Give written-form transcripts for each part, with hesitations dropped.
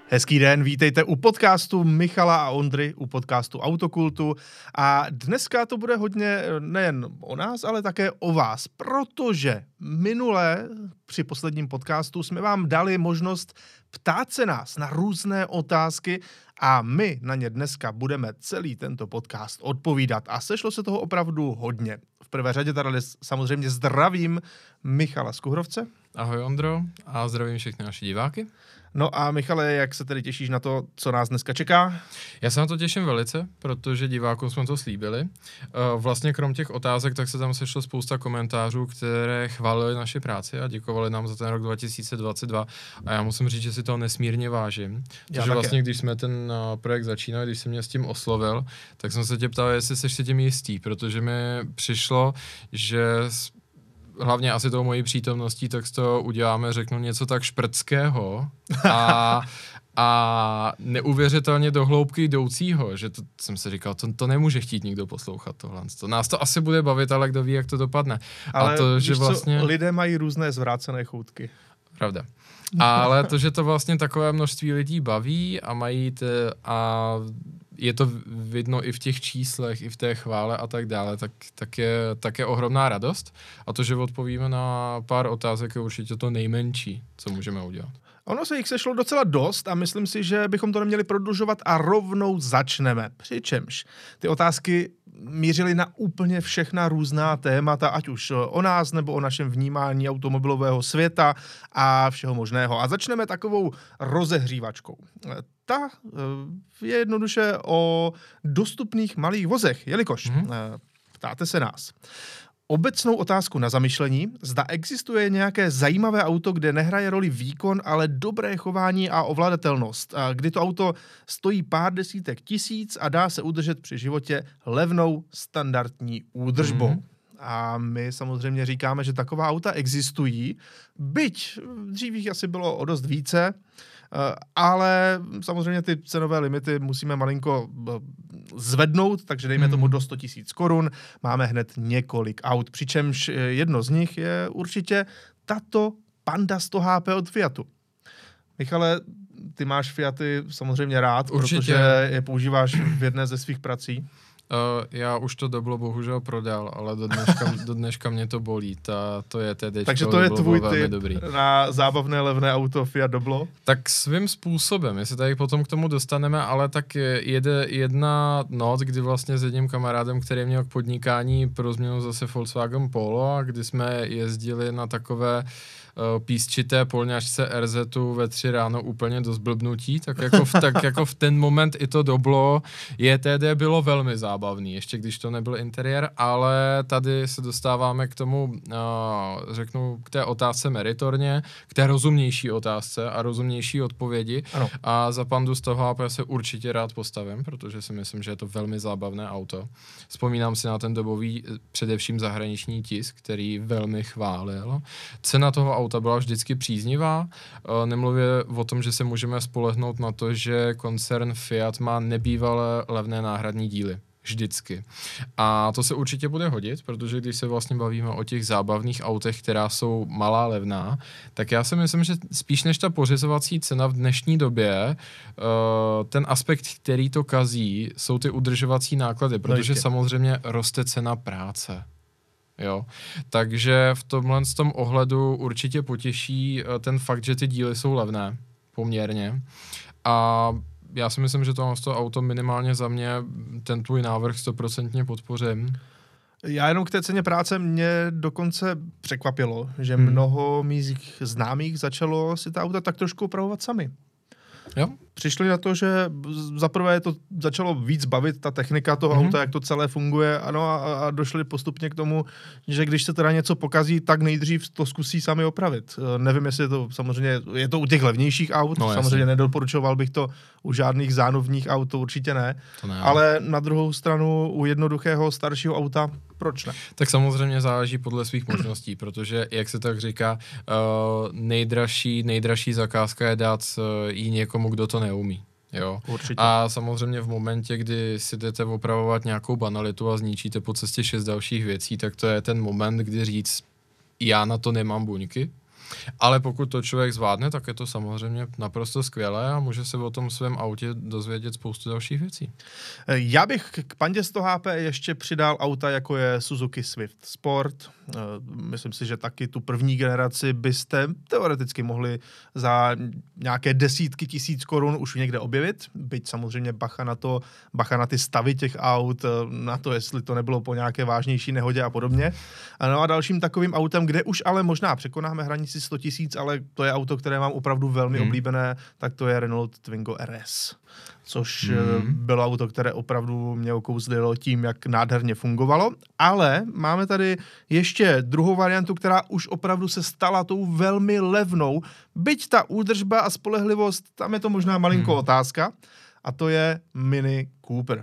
Hezký den, vítejte u podcastu Michala a Ondry, u podcastu Autokultu. A dneska to bude hodně nejen o nás, ale také o vás, protože minule při posledním podcastu jsme vám dali možnost ptát se nás na různé otázky a my na ně dneska budeme celý tento podcast odpovídat. A sešlo se toho opravdu hodně. V prvé řadě tady samozřejmě zdravím Michala z Kuhrovce. Ahoj Ondro a zdravím všechny naše diváky. No a Michale, jak se tedy těšíš na to, co nás dneska čeká? Já se na to těším velice, protože divákům jsme to slíbili. Vlastně krom těch otázek, tak se tam sešlo spousta komentářů, které chválili naši práci a děkovali nám za ten rok 2022 a já musím říct, že si toho nesmírně vážím. Protože vlastně, když jsme ten projekt začínali, když jsi mě s tím oslovil, tak jsem se tě ptal, jestli jsi si tím jistý, protože mi přišlo, že hlavně asi tou mojí přítomností, tak z toho uděláme, řeknu, něco tak šprtského a neuvěřitelně do hloubky jdoucího, že to jsem si říkal, to nemůže chtít nikdo poslouchat tohle. Nás to asi bude bavit, ale kdo ví, jak to dopadne. Ale a to, že vlastně lidé mají různé zvrácené choutky. Pravda. Ale to, že to vlastně takové množství lidí baví a mají a je to vidno i v těch číslech, i v té chvále a tak dále, tak je ohromná radost. A to, že odpovíme na pár otázek, je určitě to nejmenší, co můžeme udělat. Ono se jich sešlo docela dost a myslím si, že bychom to neměli prodlužovat a rovnou začneme. Přičemž ty otázky mířily na úplně všechna různá témata, ať už o nás nebo o našem vnímání automobilového světa a všeho možného. A začneme takovou rozehřívačkou. Ta je jednoduše o dostupných malých vozech, jelikož ptáte se nás. Obecnou otázku na zamyšlení, zda existuje nějaké zajímavé auto, kde nehraje roli výkon, ale dobré chování a ovladatelnost, kdy to auto stojí pár desítek tisíc a dá se udržet při životě levnou standardní údržbou. A my samozřejmě říkáme, že taková auta existují, byť dřív jich asi bylo o dost více, ale samozřejmě ty cenové limity musíme malinko zvednout, takže dejme tomu do 100 000 korun. Máme hned několik aut, přičemž jedno z nich je určitě tato Panda 100 HP od Fiatu. Michale, ty máš Fiaty samozřejmě rád, určitě, protože je používáš v jedné ze svých prací. Já už to Doblo bohužel prodal, ale do dneška mě to bolí. To je TDčko. Takže to je tvůj tip na zábavné levné auto Fiat Doblo? Tak svým způsobem, jestli tady potom k tomu dostaneme, ale tak jede jedna noc, kdy vlastně s jedním kamarádem, který měl k podnikání pro změnu zase Volkswagen Polo, a kdy jsme jezdili na takové písčité polňačce RZ-u ve 3 ráno úplně do zblbnutí, tak jako v ten moment i to Doblo JTD bylo velmi zábavný, ještě když to nebyl interiér, ale tady se dostáváme k tomu, řeknu, k té otázce meritorně, k té rozumnější otázce a rozumnější odpovědi. Ano. A za Pandu z toho HP se určitě rád postavím, protože si myslím, že je to velmi zábavné auto. Vzpomínám si na ten dobový, především zahraniční tisk, který velmi chválil. Cena toho auta byla vždycky příznivá, nemluvě o tom, že se můžeme spolehnout na to, že koncern Fiat má nebývalé levné náhradní díly. Vždycky. A to se určitě bude hodit, protože když se vlastně bavíme o těch zábavných autech, která jsou malá, levná, tak já si myslím, že spíš než ta pořizovací cena v dnešní době, ten aspekt, který to kazí, jsou ty udržovací náklady, protože samozřejmě roste cena práce. Jo, takže v tom ohledu určitě potěší ten fakt, že ty díly jsou levné poměrně a já si myslím, že to auto minimálně za mě ten tvůj návrh 100% podpořím. Já jenom k té ceně práce mě dokonce překvapilo, že mnoho mých známých začalo si ta auta tak trošku opravovat sami. Jo? Přišli na to, že zaprvé to začalo víc bavit, ta technika toho auta, jak to celé funguje, ano, a došli postupně k tomu, že když se teda něco pokazí, tak nejdřív to zkusí sami opravit. Nevím, jestli je to samozřejmě, je to u těch levnějších aut, samozřejmě nedoporučoval bych to u žádných zánovních aut, to určitě ne, ale na druhou stranu u jednoduchého staršího auta, proč ne? Tak samozřejmě záleží podle svých možností, protože, jak se tak říká, nejdražší zakázka je dát jí někomu, kdo to neumí. Jo. Určitě. A samozřejmě v momentě, kdy si jdete opravovat nějakou banalitu a zničíte po cestě 6 dalších věcí, tak to je ten moment, kdy říct, já na to nemám buňky. Ale pokud to člověk zvládne, tak je to samozřejmě naprosto skvělé a může se o tom svém autě dozvědět spoustu dalších věcí. Já bych k pandě 100 HP ještě přidal auta, jako je Suzuki Swift Sport. Myslím si, že taky tu první generaci byste teoreticky mohli za nějaké desítky tisíc korun už někde objevit. Byť samozřejmě bacha na ty stavy těch aut, na to, jestli to nebylo po nějaké vážnější nehodě a podobně. No a dalším takovým autem, kde už ale možná překonáme hranici 100 000, ale to je auto, které mám opravdu velmi oblíbené, tak to je Renault Twingo RS. Což bylo auto, které opravdu mě okouzlilo tím, jak nádherně fungovalo. Ale máme tady ještě druhou variantu, která už opravdu se stala tou velmi levnou. Byť ta údržba a spolehlivost, tam je to možná malinko otázka. A to je Mini Cooper.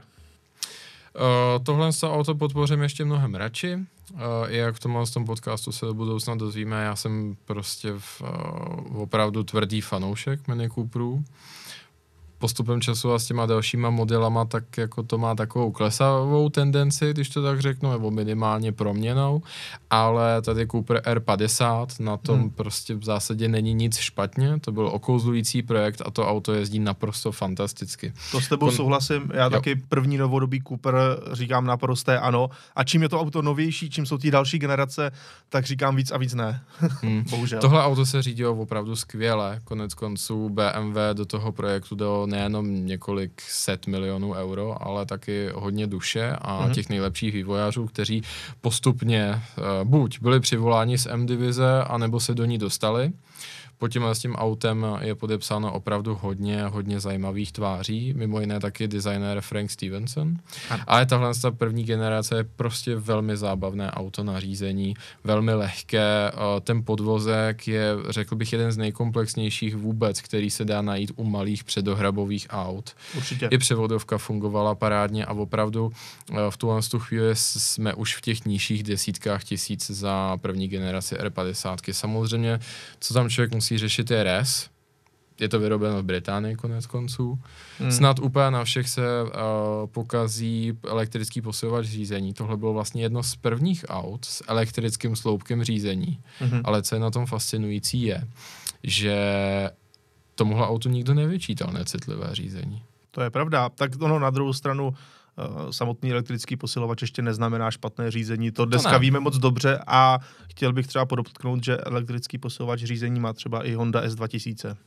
Tohle auto podpořím ještě mnohem radši. Jak v tom podcastu se do budoucna dozvíme, já jsem prostě opravdu tvrdý fanoušek Mini Cooperů. Postupem času a s těma dalšíma modelama, tak jako to má takovou klesavou tendenci, když to tak řeknu, nebo minimálně proměnou, ale tady Cooper R50, na tom prostě v zásadě není nic špatně, to byl okouzlující projekt a to auto jezdí naprosto fantasticky. To s tebou souhlasím, já taky první novodobý Cooper říkám naprosté ano a čím je to auto novější, čím jsou ty další generace, tak říkám víc a víc ne. Bohužel. Tohle auto se řídilo opravdu skvěle, konec konců BMW do toho projektu dalo nejenom několik set milionů euro, ale taky hodně duše a těch nejlepších vývojářů, kteří postupně buď byli přivoláni z M-divize, anebo se do ní dostali. S tím autem je podepsáno opravdu hodně zajímavých tváří, mimo jiné taky designér Frank Stevenson. Ale tahle první generace je prostě velmi zábavné auto na řízení, velmi lehké. Ten podvozek je, řekl bych, jeden z nejkomplexnějších vůbec, který se dá najít u malých předohrabových aut. Určitě. I převodovka fungovala parádně a opravdu v tuhle chvíli jsme už v těch nižších desítkách tisíc za první generaci R50. Samozřejmě, co tam člověk musí řešit je RES. Je to vyrobeno v Británii konec konců. Snad úplně na všech se pokazí elektrický posilovač řízení. Tohle bylo vlastně jedno z prvních aut s elektrickým sloupkem řízení. Ale co je na tom fascinující je, že tomuhle autu nikdo nevyčítal necitlivé řízení. To je pravda. Tak ono na druhou stranu samotný elektrický posilovač ještě neznamená špatné řízení. To dneska víme moc dobře a chtěl bych třeba podotknout, že elektrický posilovač řízení má třeba i Honda S2000.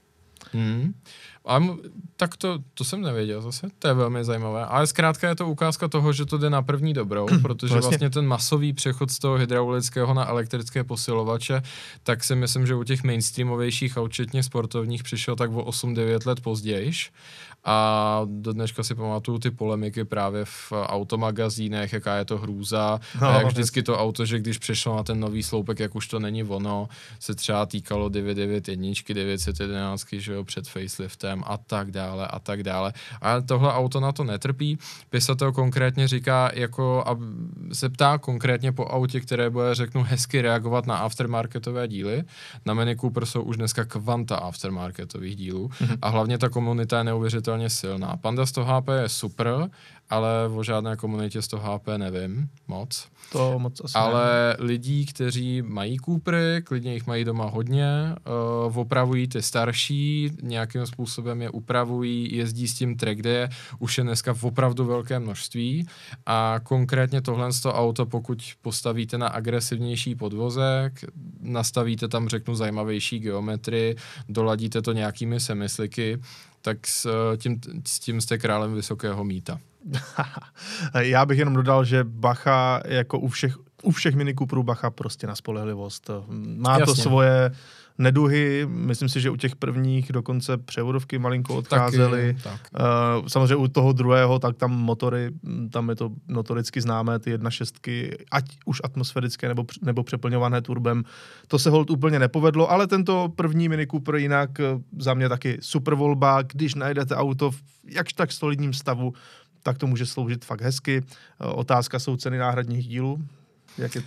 Tak to jsem nevěděl zase, to je velmi zajímavé, ale zkrátka je to ukázka toho, že to jde na první dobrou, protože vlastně ten masový přechod z toho hydraulického na elektrické posilovače, tak si myslím, že u těch mainstreamovějších aut, včetně sportovních, přišel tak o 8-9 let pozdějiš. A do dneška si pamatuju ty polemiky právě v automagazínech, jaká je to hrůza, a jak vždycky to auto, že když přešlo na ten nový sloupek, jak už to není ono, se třeba týkalo 991, 911, že jo, před faceliftem a tak dále a tak dále. A tohle auto na to netrpí. Pisatel konkrétně říká, jako a se ptá konkrétně po autě, které bude, řeknu, hezky reagovat na aftermarketové díly. Na Mini Cooper jsou už dneska kvanta aftermarketových dílů a hlavně ta komunita je neuvěřitelně silná. Panda 100 HP je super, ale o žádné komunitě 100 HP nevím moc. To moc asi ale lidí, kteří mají Coopery, klidně jich mají doma hodně, opravují ty starší, nějakým způsobem je upravují, jezdí s tím track day, už je dneska v opravdu velké množství a konkrétně tohle auto, pokud postavíte na agresivnější podvozek, nastavíte tam, řeknu, zajímavější geometrii, doladíte to nějakými semisliky, tak s tím jste králem vysokého mýta. Já bych jenom dodal, že bacha jako u všech Mini Cooperů bacha prostě na spolehlivost. Má to svoje neduhy, myslím si, že u těch prvních dokonce převodovky malinko odcházely. Samozřejmě u toho druhého, tak tam motory, tam je to notoricky známé, ty 1.6, ať už atmosférické nebo přeplňované turbem. To se holt úplně nepovedlo, ale tento první Mini Cooper jinak za mě taky super volba, když najdete auto v jakž tak solidním stavu, tak to může sloužit fakt hezky. Otázka jsou ceny náhradních dílů. Jak je to?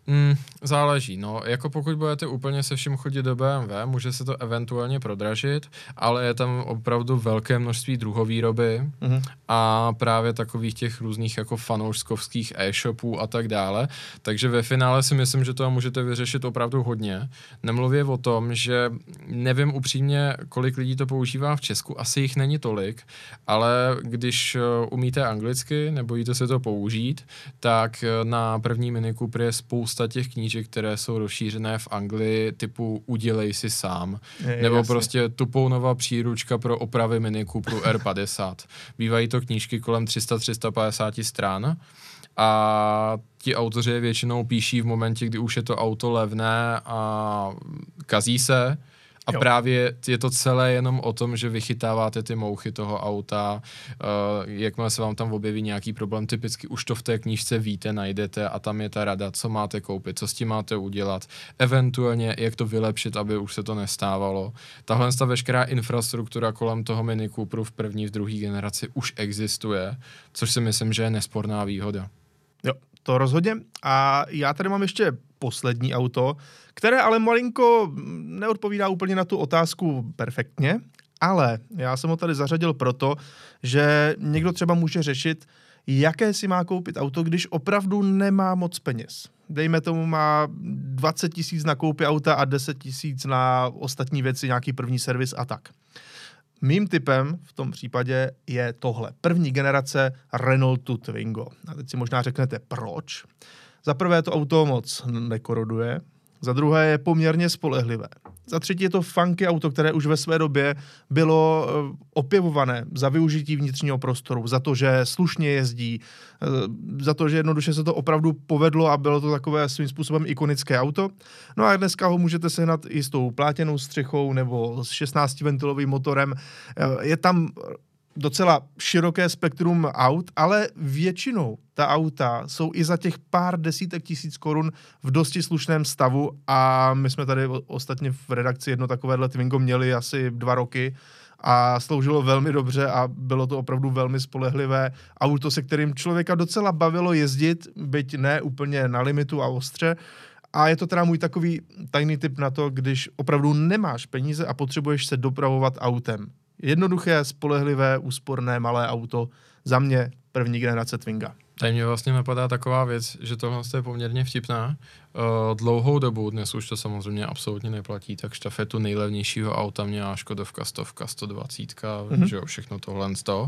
Záleží, no, jako pokud budete úplně se vším chodit do BMW, může se to eventuálně prodražit, ale je tam opravdu velké množství druhovýroby a právě takových těch různých jako fanouškovských e-shopů a tak dále, takže ve finále si myslím, že to můžete vyřešit opravdu hodně. Nemluvě o tom, že nevím upřímně, kolik lidí to používá v Česku, asi jich není tolik, ale když umíte anglicky, nebojíte se to použít, tak na první Mini Cooper je spousta těch knížek, které jsou rozšířené v Anglii, typu Udělej si sám, nebo jasně. prostě Tupounová příručka pro opravy Mini Cooperu R50. Bývají to knížky kolem 300-350 stran a ti autoři je většinou píší v momentě, kdy už je to auto levné a kazí se. A právě je to celé jenom o tom, že vychytáváte ty mouchy toho auta, jakmile se vám tam objeví nějaký problém, typicky už to v té knížce víte, najdete a tam je ta rada, co máte koupit, co s tím máte udělat, eventuálně jak to vylepšit, aby už se to nestávalo. Tahle veškerá infrastruktura kolem toho Mini Cooperu v první, v druhé generaci už existuje, což si myslím, že je nesporná výhoda. Jo, to rozhodně. A já tady mám ještě poslední auto, které ale malinko neodpovídá úplně na tu otázku perfektně, ale já jsem ho tady zařadil proto, že někdo třeba může řešit, jaké si má koupit auto, když opravdu nemá moc peněz. Dejme tomu, má 20 000 na koupi auta a 10 000 na ostatní věci, nějaký první servis a tak. Mým tipem v tom případě je tohle. První generace Renaultu Twingo. A teď si možná řeknete, proč? Za prvé to auto moc nekoroduje, za druhé je poměrně spolehlivé. Za třetí je to funky auto, které už ve své době bylo opěvované za využití vnitřního prostoru, za to, že slušně jezdí, za to, že jednoduše se to opravdu povedlo a bylo to takové svým způsobem ikonické auto. No a dneska ho můžete sehnat i s tou plátěnou střechou nebo s 16-ventilovým motorem. Je tam docela široké spektrum aut, ale většinou ta auta jsou i za těch pár desítek tisíc korun v dosti slušném stavu a my jsme tady ostatně v redakci jedno takovéhle Twingo měli asi 2 roky a sloužilo velmi dobře a bylo to opravdu velmi spolehlivé auto, se kterým člověka docela bavilo jezdit, byť ne úplně na limitu a ostře. A je to teda můj takový tajný tip na to, když opravdu nemáš peníze a potřebuješ se dopravovat autem. Jednoduché, spolehlivé, úsporné, malé auto. Za mě první generace Twinga. Tady mě vlastně napadá taková věc, že tohle je poměrně vtipná. Dlouhou dobu, dnes už to samozřejmě absolutně neplatí, tak štafetu nejlevnějšího auta měla Škodovka 100, 120, že jo, všechno tohle z toho.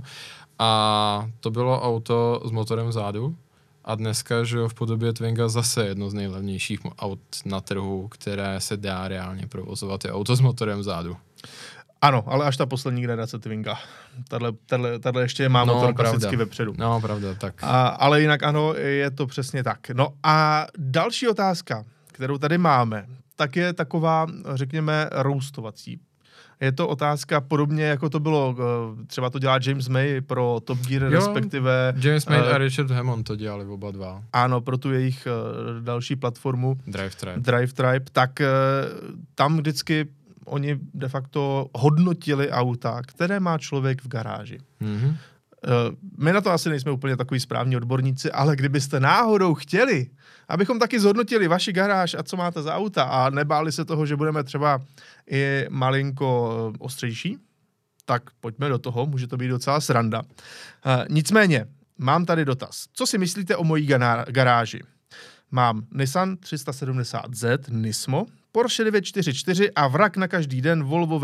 A to bylo auto s motorem vzadu. A dneska, že jo, v podobě Twinga zase jedno z nejlevnějších aut na trhu, které se dá reálně provozovat, je auto s motorem vzadu. Ano, ale až ta poslední generace Twinga. Tahle ještě má motor klasicky vepředu. No, pravda, tak. Ale jinak ano, je to přesně tak. No a další otázka, kterou tady máme, tak je taková, řekněme, roustovací. Je to otázka podobně, jako to bylo, třeba to dělá James May pro Top Gear, respektive... James May a Richard Hammond to dělali oba dva. Ano, pro tu jejich další platformu Drive Tribe, tak tam vždycky oni de facto hodnotili auta, které má člověk v garáži. Mm-hmm. My na to asi nejsme úplně takový správní odborníci, ale kdybyste náhodou chtěli, abychom taky zhodnotili vaši garáž a co máte za auta a nebáli se toho, že budeme třeba i malinko ostřejší, tak pojďme do toho, může to být docela sranda. Nicméně, mám tady dotaz. Co si myslíte o mojí garáži? Mám Nissan 370Z Nismo, Porsche 944 a vrak na každý den Volvo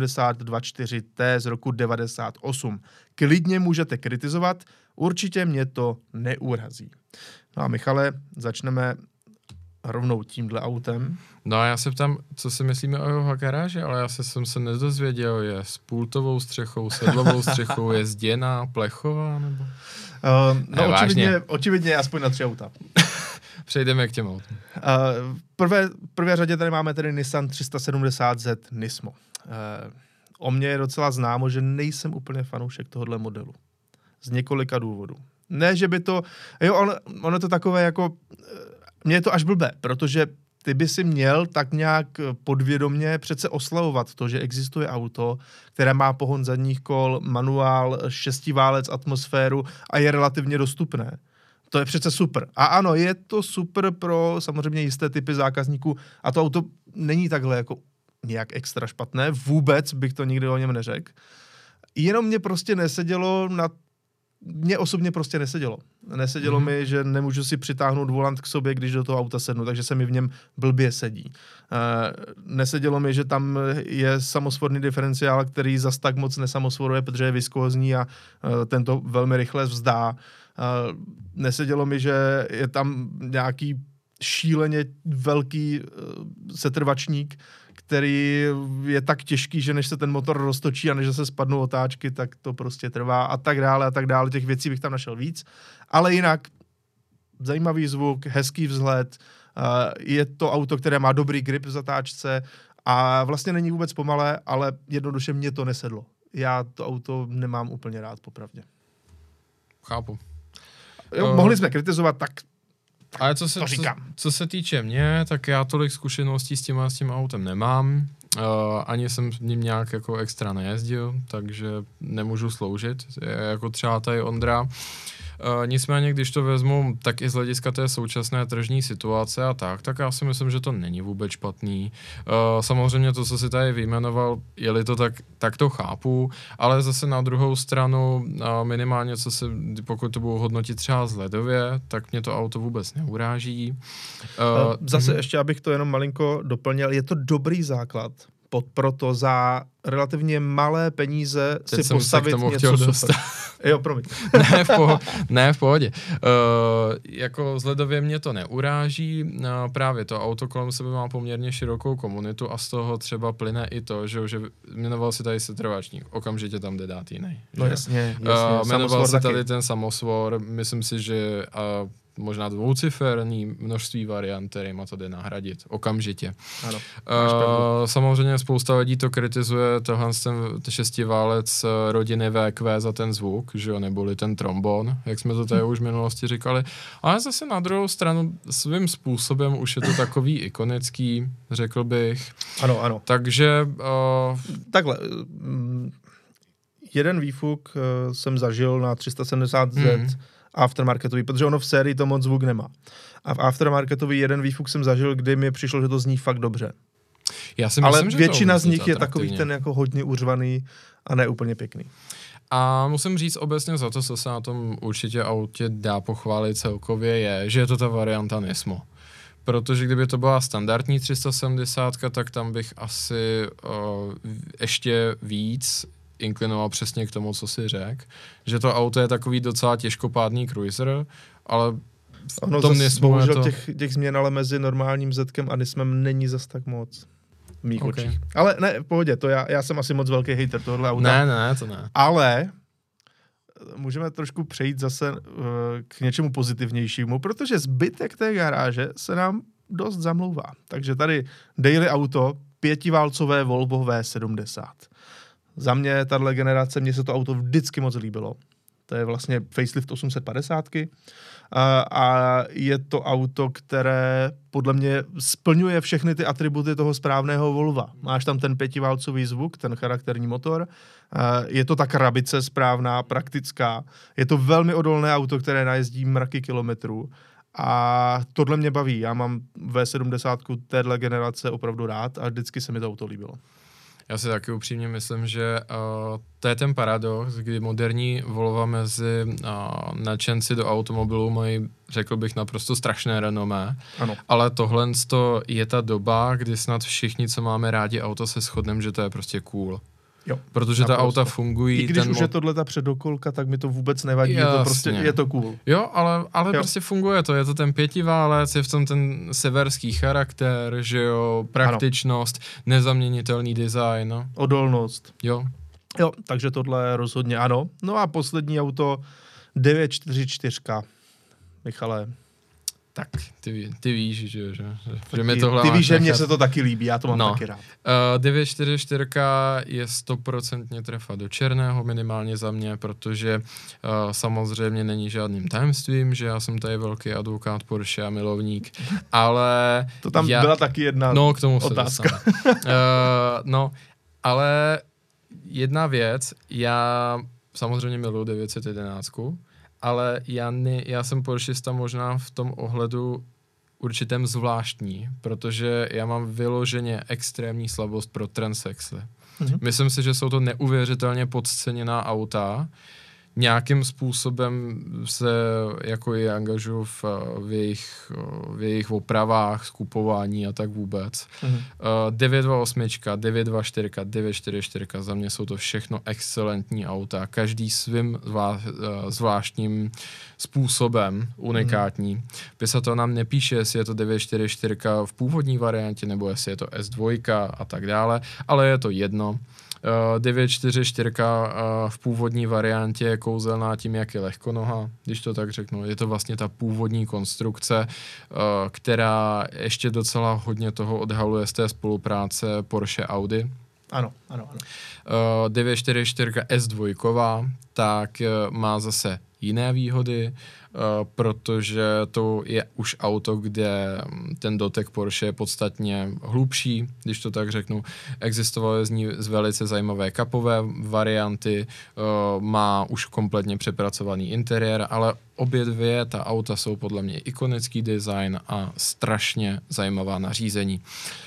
V70 T z roku 98. Klidně můžete kritizovat, určitě mě to neurazí. No a Michale, začneme rovnou tímhle autem. No a já se ptám, co si myslíme o jeho garáži, ale já jsem se nedozvěděl, je s pultovou střechou, sedlovou střechou, je zděná, plechová, nebo? No očividně aspoň na 3 auta. Přejdeme k těm autům. V prvé řadě tady máme tedy Nissan 370Z Nismo. O mně je docela známo, že nejsem úplně fanoušek tohohle modelu. Z několika důvodů. Ne, že by to... Jo, ono to takové jako... Mně je to až blbé, protože ty by si měl tak nějak podvědomě přece oslavovat to, že existuje auto, které má pohon zadních kol, manuál, 6válec, atmosféru a je relativně dostupné. To je přece super. A ano, je to super pro samozřejmě jisté typy zákazníků a to auto není takhle jako nějak extra špatné, vůbec bych to nikdy o něm neřekl. Jenom mě prostě nesedělo mně osobně prostě nesedělo. Nesedělo mi, že nemůžu si přitáhnout volant k sobě, když do toho auta sednu, takže se mi v něm blbě sedí. Nesedělo mi, že tam je samosvorný diferenciál, který zas tak moc nesamosvoruje, protože je viskózní a tento velmi rychle vzdá. Nesedělo mi, že je tam nějaký šíleně velký setrvačník, který je tak těžký, že než se ten motor roztočí a než se spadnou otáčky, tak to prostě trvá a tak dále a tak dále. Těch věcí bych tam našel víc. Ale jinak zajímavý zvuk, hezký vzhled, je to auto, které má dobrý grip v zatáčce a vlastně není vůbec pomalé, ale jednoduše mě to nesedlo. Já to auto nemám úplně rád, popravdě. Chápu. Jo, mohli jsme kritizovat, tak ale co se týče mě, tak já tolik zkušeností s tím autem nemám. Ani jsem s ním nějak jako extra nejezdil, takže nemůžu sloužit, jako třeba tady Ondra. Nicméně, když to vezmu, tak i z hlediska té současné tržní situace a tak já si myslím, že to není vůbec špatný. Samozřejmě to, co si tady vyjmenoval, je-li to tak to chápu, ale zase na druhou stranu minimálně, pokud to budu hodnotit třeba vzhledově, tak mě to auto vůbec neuráží. Zase ještě, abych to jenom malinko doplnil, je to dobrý základ, proto za relativně malé peníze teď si postavit něco super. Jo, promiň. Ne, v pohodě. Jako vzhledově mě to neuráží, právě to auto kolem sebe má poměrně širokou komunitu a z toho třeba plyne i to, že jmenoval si tady setrvačník, okamžitě tam jde dát jiný. No jasně. Jmenoval si tady ten samosvor, myslím si, že možná dvouciferný množství variant, kterýma to jde nahradit okamžitě. Ano, samozřejmě spousta lidí to kritizuje, tohle ten šestiválec rodiny VQ za ten zvuk, že jo, neboli ten trombon, jak jsme to tady už v minulosti říkali, ale zase na druhou stranu svým způsobem už je to takový ikonický, řekl bych. Ano. Takže takhle, jeden výfuk jsem zažil na 370Z aftermarketový, protože ono v sérii to moc zvuk nemá. A v aftermarketový jeden výfuk jsem zažil, kdy mi přišlo, že to zní fakt dobře. Já si myslím, ale většina z nich je takový ten jako hodně uřvaný a ne úplně pěkný. A musím říct obecně za to, co se na tom určitě autě dá pochválit celkově, je, že je to ta varianta Nismo. Protože kdyby to byla standardní 370, tak tam bych asi ještě víc inklinoval přesně k tomu, co si řekl, že to auto je takový docela těžkopádný cruiser, ale v tom Nismu bohužel těch změn ale mezi normálním Zetkem a Nismem není zas tak moc v mých očích. Ale ne, v pohodě, to já jsem asi moc velký hejter tohohle auta. Ne, to ne. Ale můžeme trošku přejít zase k něčemu pozitivnějšímu, protože zbytek té garáže se nám dost zamlouvá. Takže tady daily auto, 5válcové Volvo V70. Za mě, tahle generace, mně se to auto vždycky moc líbilo. To je vlastně facelift 850 a je to auto, které podle mě splňuje všechny ty atributy toho správného Volva. Máš tam ten 5válcový zvuk, ten charakterní motor, je to ta krabice správná, praktická, je to velmi odolné auto, které najezdí mraky kilometrů a tohle mě baví. Já mám V70 téhle generace opravdu rád a vždycky se mi to auto líbilo. Já si taky upřímně myslím, že to je ten paradox, kdy moderní Volva mezi nadšenci do automobilů mají, řekl bych, naprosto strašné renomé. Ano. Ale tohle je ta doba, kdy snad všichni, co máme rádi auto, se shodneme, že to je prostě cool. Jo, protože ta auta fungují. I když už je tohle ta předokolka, tak mi to vůbec nevadí, je to cool. Jo, ale prostě funguje to, je to ten 5válec, je v tom ten severský charakter, že jo, praktičnost, nezaměnitelný design. No. Odolnost. Jo, takže tohle rozhodně ano. No a poslední auto 944. Michale. Tak, ty víš, že mi tohle ty víš, že mně se to taky líbí, já to mám taky rád. 944 je 100% trefa do černého minimálně za mě, protože samozřejmě není žádným tajemstvím, že já jsem tady velký advokát Porsche a milovník, ale... To tam byla taky jedna k tomu otázka. Ale jedna věc, já samozřejmě miluji 911, ale já jsem Porschista možná v tom ohledu určitém zvláštní, protože já mám vyloženě extrémní slabost pro transsexy. Myslím si, že jsou to neuvěřitelně podceněná auta. Nějakým způsobem se jako i angažuju v jejich opravách, skupování a tak vůbec. 928, 924, 944, za mě jsou to všechno excelentní auta. Každý svým zvláštním způsobem unikátní. Pisa nám nepíše, jestli je to 944 v původní variantě, nebo jestli je to S2 a tak dále, ale je to jedno. 944 v původní variantě je kouzelná tím, jak je lehkonoha, když to tak řeknu. Je to vlastně ta původní konstrukce, která ještě docela hodně toho odhaluje z té spolupráce Porsche Audi. Ano. 944 S2, tak má zase jiné výhody, protože to je už auto, kde ten dotek Porsche je podstatně hlubší, když to tak řeknu. Existovaly z ní velice zajímavé kapové varianty, má už kompletně přepracovaný interiér, ale obě dvě ta auta jsou podle mě ikonický design a strašně zajímavá nařízení.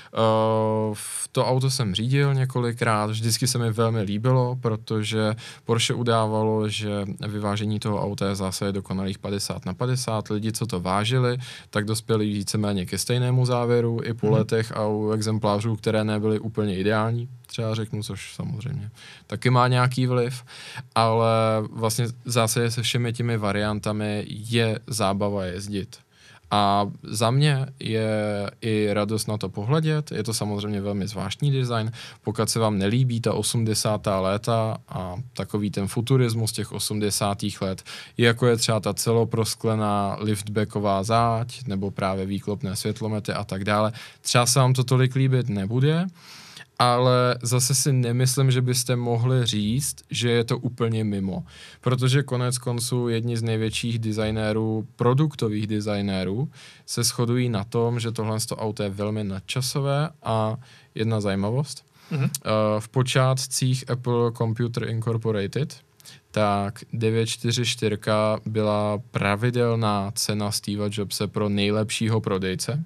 To auto jsem řídil několikrát, vždycky se mi velmi líbilo, protože Porsche udávalo, že vyvážení toho auta je v zásadě dokonalých 50/50. Lidi, co to vážili, tak dospěli víceméně ke stejnému závěru i po letech a u exemplářů, které nebyly úplně ideální, třeba řeknu, což samozřejmě taky má nějaký vliv, ale vlastně v zásadě se všemi těmi variantami je zábava jezdit. A za mě je i radost na to pohledět, je to samozřejmě velmi zvláštní design, pokud se vám nelíbí ta 80. léta a takový ten futurismus těch 80. let, jako je třeba ta celoprosklená liftbacková záď, nebo právě výklopné světlomety a tak dále, třeba se vám to tolik líbit nebude, ale zase si nemyslím, že byste mohli říct, že je to úplně mimo. Protože konec konců jedni z největších designérů, produktových designérů, se shodují na tom, že tohle auto je velmi nadčasové a jedna zajímavost. V počátcích Apple Computer Incorporated tak 944 byla pravidelná cena Steva Jobse pro nejlepšího prodejce.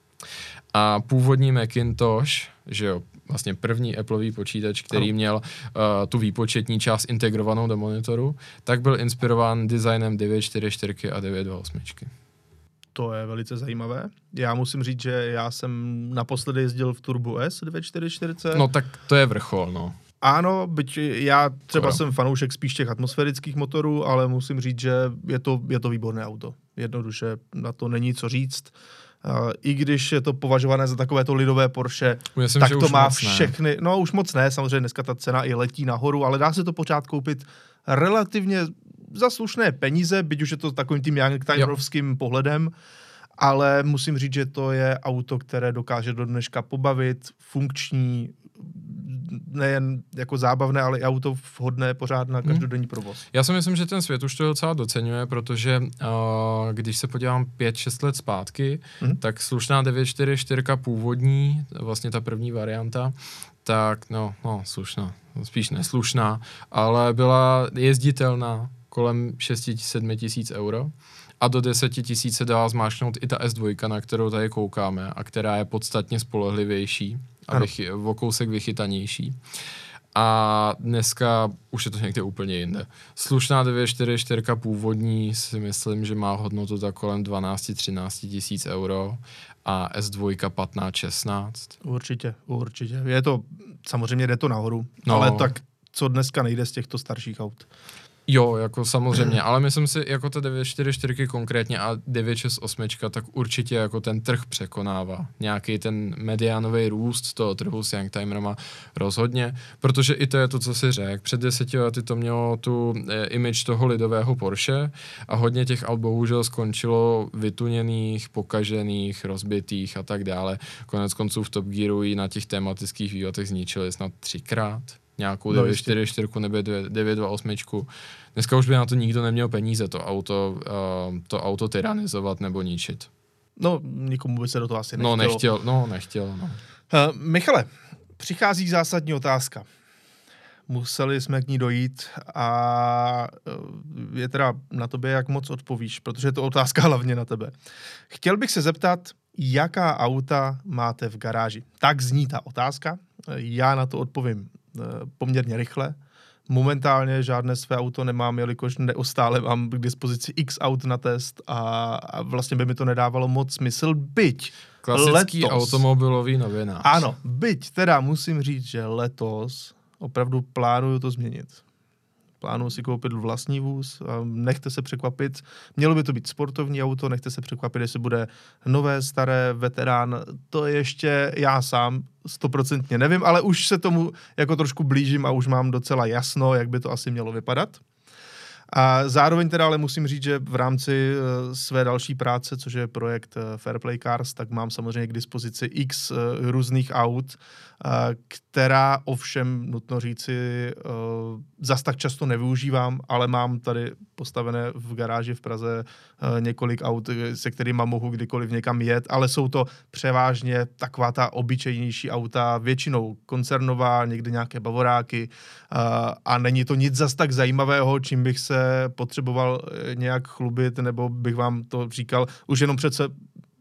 A původní Macintosh, že jo, vlastně první Appleový počítač, který měl tu výpočetní část integrovanou do monitoru, tak byl inspirován designem 944 a 928. To je velice zajímavé. Já musím říct, že já jsem naposledy jezdil v Turbo S 944. No tak to je vrchol, no. Ano, byť já třeba jsem fanoušek spíš těch atmosférických motorů, ale musím říct, že je to výborné auto. Jednoduše na to není co říct. I když je to považované za takovéto lidové Porsche, myslím, tak to má všechny. No už moc ne, samozřejmě dneska ta cena i letí nahoru, ale dá se to pořád koupit relativně za slušné peníze, byť už je to takovým tím youngtimerovským pohledem, ale musím říct, že to je auto, které dokáže do dneška pobavit, funkční, nejen jako zábavné, ale i auto vhodné pořád na každodenní provoz. Já si myslím, že ten svět už to docela doceňuje, protože když se podívám 5-6 let zpátky, tak slušná 944 původní, vlastně ta první varianta, tak no slušná, spíš neslušná, ale byla jezditelná kolem 6-7 tisíc euro. A do 10 tisíc se dá zmáčknout i ta S2, na kterou tady koukáme a která je podstatně spolehlivější a o kousek vychytanější. A dneska už je to někde úplně jinde. Slušná 944 původní si myslím, že má hodnotu tak kolem 12-13 tisíc euro a S2 15-16. Určitě. Je to, samozřejmě jde to nahoru, ale tak co dneska nejde z těchto starších aut? Jo, jako samozřejmě, ale myslím si, jako ta 944 konkrétně a 968, tak určitě jako ten trh překonává. Nějaký ten mediánový růst toho trhu s youngtimerama rozhodně, protože i to je to, co si řekl. Před 10 lety to mělo tu image toho lidového Porsche a hodně těch aut bohužel skončilo vytuněných, pokažených, rozbitých a tak dále. Konec konců v Top Gearu i na těch tematických výletech zničili snad 3krát. Nějakou 944 nebo 928. Dneska už by na to nikdo neměl peníze, to auto tyranizovat nebo ničit. No, nikomu by se do toho asi nechtělo. Nechtěl. Michale, přichází zásadní otázka. museli jsme k ní dojít a je teda na tobě, jak moc odpovíš, protože je to otázka hlavně na tebe. Chtěl bych se zeptat, jaká auta máte v garáži? Tak zní ta otázka. Já na to odpovím poměrně rychle. Momentálně žádné své auto nemám, jelikož neustále mám k dispozici x aut na test a vlastně by mi to nedávalo moc smysl, byť klasický letos, automobilový novinář. Ano, byť teda musím říct, že letos opravdu plánuju to změnit. Plánuju si koupit vlastní vůz, nechte se překvapit. Mělo by to být sportovní auto, nechte se překvapit, jestli bude nové, staré, veterán. To ještě já sám 100% nevím, ale už se tomu jako trošku blížím a už mám docela jasno, jak by to asi mělo vypadat. A zároveň teda ale musím říct, že v rámci své další práce, což je projekt Fairplay Cars, tak mám samozřejmě k dispozici x různých aut, která ovšem, nutno říci, zas tak často nevyužívám, ale mám tady postavené v garáži v Praze několik aut, se kterými mohu kdykoliv někam jet, ale jsou to převážně taková ta obyčejnější auta, většinou koncernová, někdy nějaké bavoráky a není to nic zas tak zajímavého, čím bych se potřeboval nějak chlubit, nebo bych vám to říkal, už jenom přece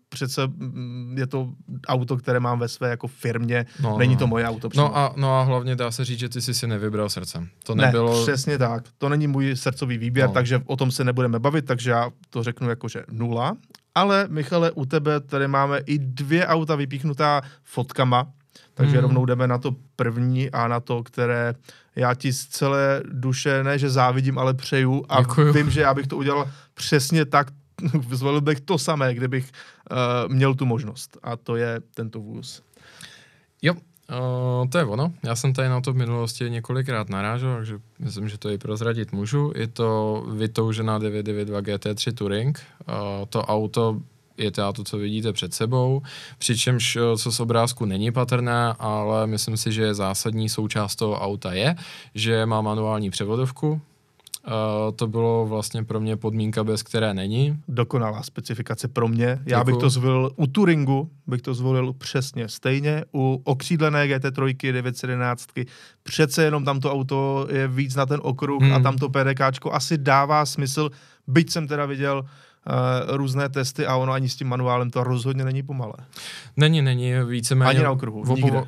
je to auto, které mám ve své jako firmě, není to moje auto. No a hlavně dá se říct, že ty jsi si nevybral srdcem. To nebylo... Ne, přesně tak. To není můj srdcový výběr, takže o tom se nebudeme bavit, takže já to řeknu jakože 0. Ale Michale, u tebe tady máme i 2 auta vypíchnutá fotkama, takže rovnou jdeme na to první a na to, které já ti z celé duše, ne že závidím, ale přeju a Děkuju. Vím, že já bych to udělal přesně tak, zvolil bych to samé, kdybych měl tu možnost. A to je tento vůz. Jo, to je ono. Já jsem tady na to v minulosti několikrát narážel, takže myslím, že to i prozradit můžu. Je to vytoužená 992 GT3 Touring. To auto je to auto, co vidíte před sebou, přičemž co z obrázku není patrné, ale myslím si, že zásadní součást toho auta je, že má manuální převodovku. To bylo vlastně pro mě podmínka, bez které není. Dokonalá specifikace pro mě. Já bych to zvolil u Touringu, bych to zvolil přesně stejně. U okřídlené GT3 911 přece jenom tamto auto je víc na ten okruh a tamto PDKčko asi dává smysl, byť jsem teda viděl různé testy a ono ani s tím manuálem to rozhodně není pomalé. Není víceméně... Ani na okruhu, nikde.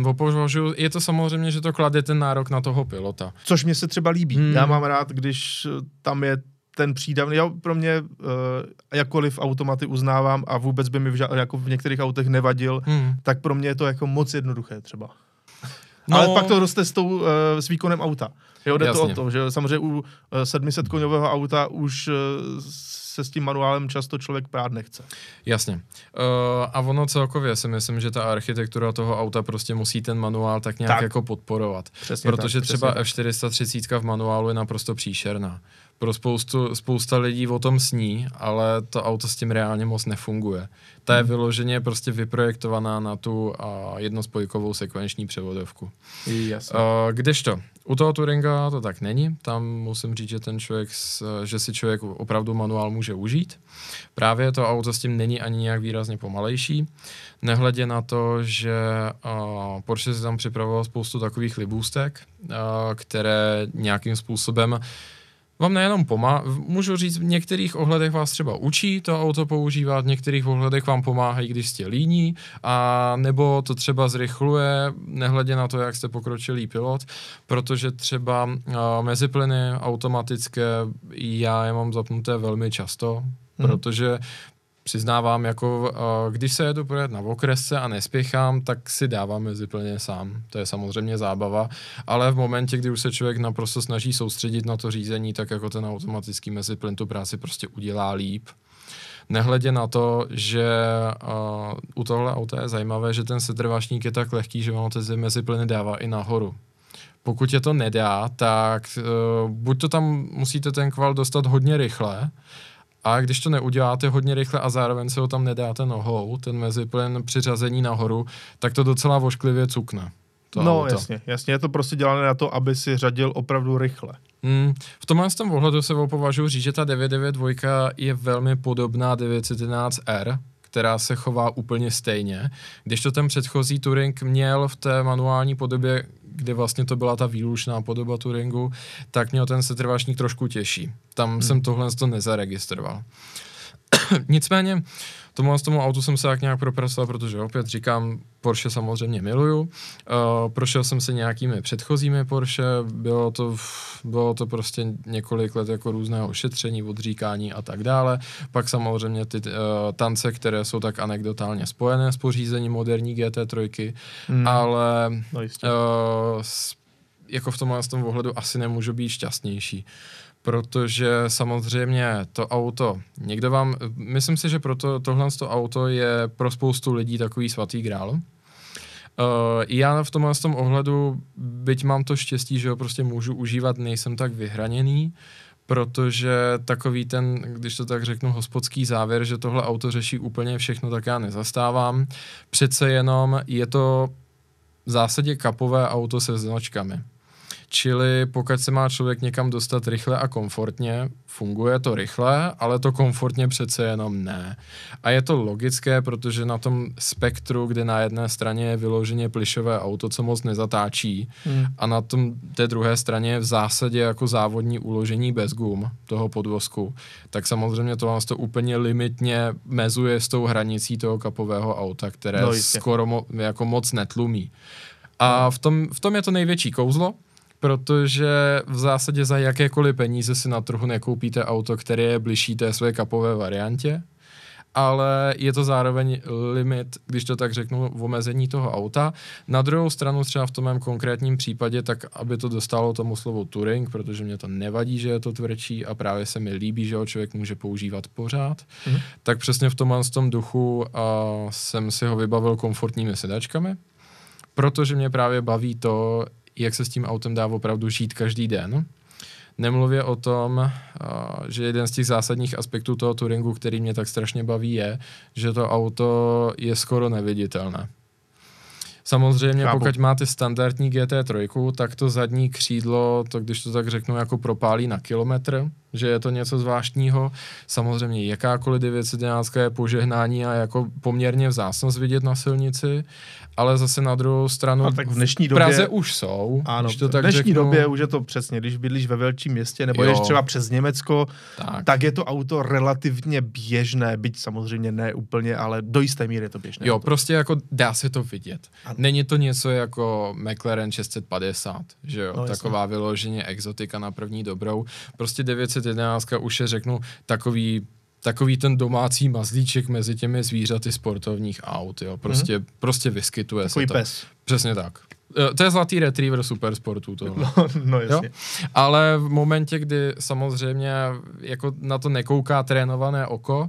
Je to samozřejmě, že to klade ten nárok na toho pilota. Což mě se třeba líbí. Já mám rád, když tam je ten přídavný. Já pro mě jakkoliv automaty uznávám a vůbec by mi jako v některých autech nevadil, tak pro mě je to jako moc jednoduché třeba. No, ale pak to roste s výkonem auta. Jo, jde to o to, že samozřejmě u 700 koňového auta už se s tím manuálem často člověk prát nechce. Jasně. A ono celkově si myslím, že ta architektura toho auta prostě musí ten manuál tak nějak jako podporovat. Přesně protože tak, třeba F430 v manuálu je naprosto příšerná. Pro spousta lidí o tom sní, ale to auto s tím reálně moc nefunguje. Ta je vyloženě prostě vyprojektovaná na tu jednospojkovou sekvenční převodovku. Jasně. Kdežto u toho Touringa to tak není. Tam musím říct, že si člověk opravdu manuál může užít. Právě to auto s tím není ani nějak výrazně pomalejší. Nehledě na to, že Porsche si tam připravoval spoustu takových libůstek, které nějakým způsobem vám nejenom můžu říct, v některých ohledech vás třeba učí to auto používat, v některých ohledech vám pomáhají, když jste líní, a nebo to třeba zrychluje, nehledě na to, jak jste pokročilý pilot, protože třeba meziplyny automatické, já je mám zapnuté velmi často, protože přiznávám, jako když se jedu projet na okresce a nespěchám, tak si dávám meziplyny sám. To je samozřejmě zábava, ale v momentě, kdy už se člověk naprosto snaží soustředit na to řízení, tak jako ten automatický meziplyn tu práci prostě udělá líp. Nehledě na to, že u tohle auta je zajímavé, že ten setrvačník je tak lehký, že ono ty meziplyny dává i nahoru. Pokud je to nedá, tak buď to tam musíte ten kval dostat hodně rychle, a když to neuděláte hodně rychle a zároveň se ho tam nedáte nohou, ten meziplyn při řazení nahoru, tak to docela vošklivě cukne. No jasně, je to prostě dělané na to, aby si řadil opravdu rychle. V tomhle z tom ohledu se považuji říct, že ta 992 je velmi podobná 911R, která se chová úplně stejně, když to ten předchozí Touring měl v té manuální podobě, kde vlastně to byla ta výlučná podoba Touringu, tak měl ten setrvačník trošku těžší. Tam jsem tohle nezaregistroval. Nicméně, tomu autu jsem se tak nějak propracoval, protože opět říkám, Porsche samozřejmě miluju. Prošel jsem se nějakými předchozími Porsche, bylo to prostě několik let jako různého šetření, odříkání a tak dále. Pak samozřejmě ty tance, které jsou tak anekdotálně spojené s pořízením moderní GT3, ale jako v tomhle ohledu asi nemůžu být šťastnější. Protože samozřejmě to auto, myslím si, že tohle auto je pro spoustu lidí takový svatý grál. Já v tomhle ohledu, byť mám to štěstí, že ho prostě můžu užívat, nejsem tak vyhraněný, protože takový ten, když to tak řeknu, hospodský závěr, že tohle auto řeší úplně všechno, tak já nezastávám. Přece jenom je to v zásadě kapové auto se značkami. Čili pokud se má člověk někam dostat rychle a komfortně, funguje to rychle, ale to komfortně přece jenom ne. A je to logické, protože na tom spektru, kde na jedné straně je vyloženě plyšové auto, co moc nezatáčí, a na té druhé straně je v zásadě jako závodní uložení bez gum toho podvozku, tak samozřejmě to vás to úplně limitně mezuje s tou hranicí toho kapového auta, které skoro jako moc netlumí. A v tom je to největší kouzlo, protože v zásadě za jakékoliv peníze si na trhu nekoupíte auto, které je bližší té své kapové variantě, ale je to zároveň limit, když to tak řeknu, v omezení toho auta. Na druhou stranu třeba v tom mém konkrétním případě, tak aby to dostalo tomu slovu Touring, protože mě to nevadí, že je to tvrdší a právě se mi líbí, že ho člověk může používat pořád, tak přesně v tomhle duchu jsem si ho vybavil komfortními sedačkami, protože mě právě baví to, jak se s tím autem dá opravdu žít každý den. Nemluvě o tom, že jeden z těch zásadních aspektů toho Touringu, který mě tak strašně baví, je, že to auto je skoro neviditelné. Samozřejmě, pokud máte standardní GT3, tak to zadní křídlo, to když to tak řeknu, jako propálí na kilometr, že je to něco zvláštního. Samozřejmě jakákoliv 911 je požehnání a jako poměrně vzácnost vidět na silnici, ale zase na druhou stranu tak v dnešní době, Praze už jsou. Ano, v dnešní době už je to přesně, když bydlíš ve velkém městě nebo jdeš třeba přes Německo, tak je to auto relativně běžné, byť samozřejmě ne úplně, ale do jisté míry je to běžné. Jo, prostě jako dá se to vidět. Ano. Není to něco jako McLaren 650, že jo, taková vyloženě exotika na první dobrou. Prostě 911 už je, řeknu, takový ten domácí mazlíček mezi těmi zvířaty sportovních aut, jo. Prostě vyskytuje takový se to. Pes. Přesně tak. To je zlatý retriever supersportu tohle. No jasně. Jo? Ale v momentě, kdy samozřejmě jako na to nekouká trénované oko,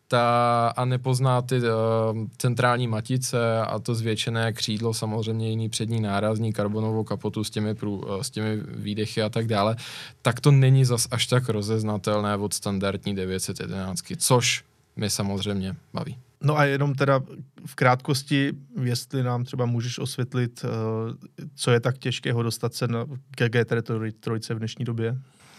a nepozná ty centrální matice a to zvětšené křídlo, samozřejmě jiný přední nárazník, karbonovou kapotu s těmi výdechy a tak dále, tak to není zas až tak rozeznatelné od standardní 911, což mě samozřejmě baví. No a jenom teda v krátkosti, jestli nám třeba můžeš osvětlit, co je tak těžkého dostat se k GT3 v dnešní době?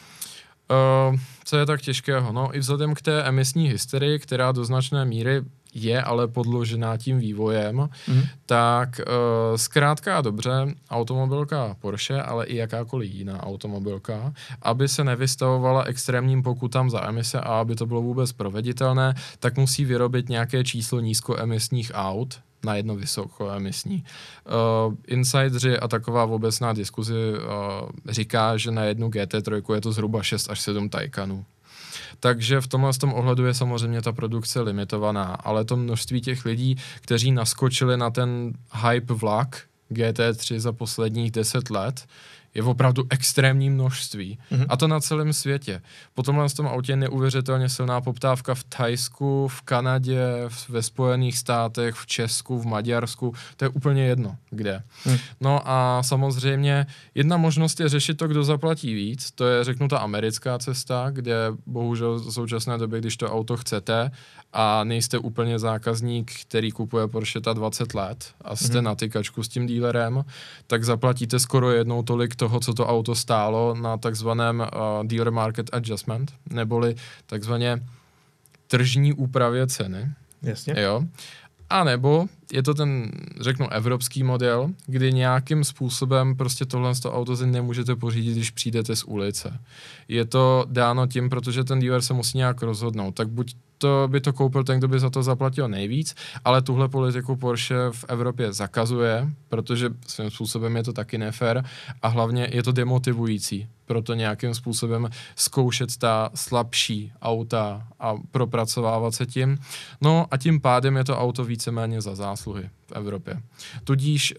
Co je tak těžkého? No i vzhledem k té emisní hysterii, která do značné míry je ale podložená tím vývojem, tak zkrátka a dobře automobilka Porsche, ale i jakákoliv jiná automobilka, aby se nevystavovala extrémním pokutám za emise a aby to bylo vůbec proveditelné, tak musí vyrobit nějaké číslo nízkoemisních aut na jedno vysokoemisní. Insideři a taková obecná diskuzi říká, že na jednu GT3 je to zhruba 6 až 7 Taycanů. Takže v tomhle ohledu je samozřejmě ta produkce limitovaná, ale to množství těch lidí, kteří naskočili na ten hype vlak GT3 za posledních 10 let, je opravdu extrémní množství. A to na celém světě. Po tomhle tom autě je neuvěřitelně silná poptávka v Thajsku, v Kanadě, ve Spojených státech, v Česku, v Maďarsku. To je úplně jedno, kde. No a samozřejmě jedna možnost je řešit to, kdo zaplatí víc. To je, řeknu, ta americká cesta, kde bohužel v současné době, když to auto chcete a nejste úplně zákazník, který kupuje Porsche 20 let a jste na tykačku s tím dílerem, tak zaplatíte skoro jednou tolik toho, co to auto stálo na takzvaném dealer market adjustment, neboli takzvaně tržní úpravě ceny, Jasně. Jo. A nebo je to ten, řeknu, evropský model, kdy nějakým způsobem prostě tohle auto si nemůžete pořídit, když přijdete z ulice. Je to dáno tím, protože ten dealer se musí nějak rozhodnout. Tak buď to by to koupil ten, kdo by za to zaplatil nejvíc, ale tuhle politiku Porsche v Evropě zakazuje, protože svým způsobem je to taky nefér a hlavně je to demotivující. Proto nějakým způsobem zkoušet ta slabší auta a propracovávat se tím. No a tím pádem je to auto víceméně za zásluhy v Evropě. Tudíž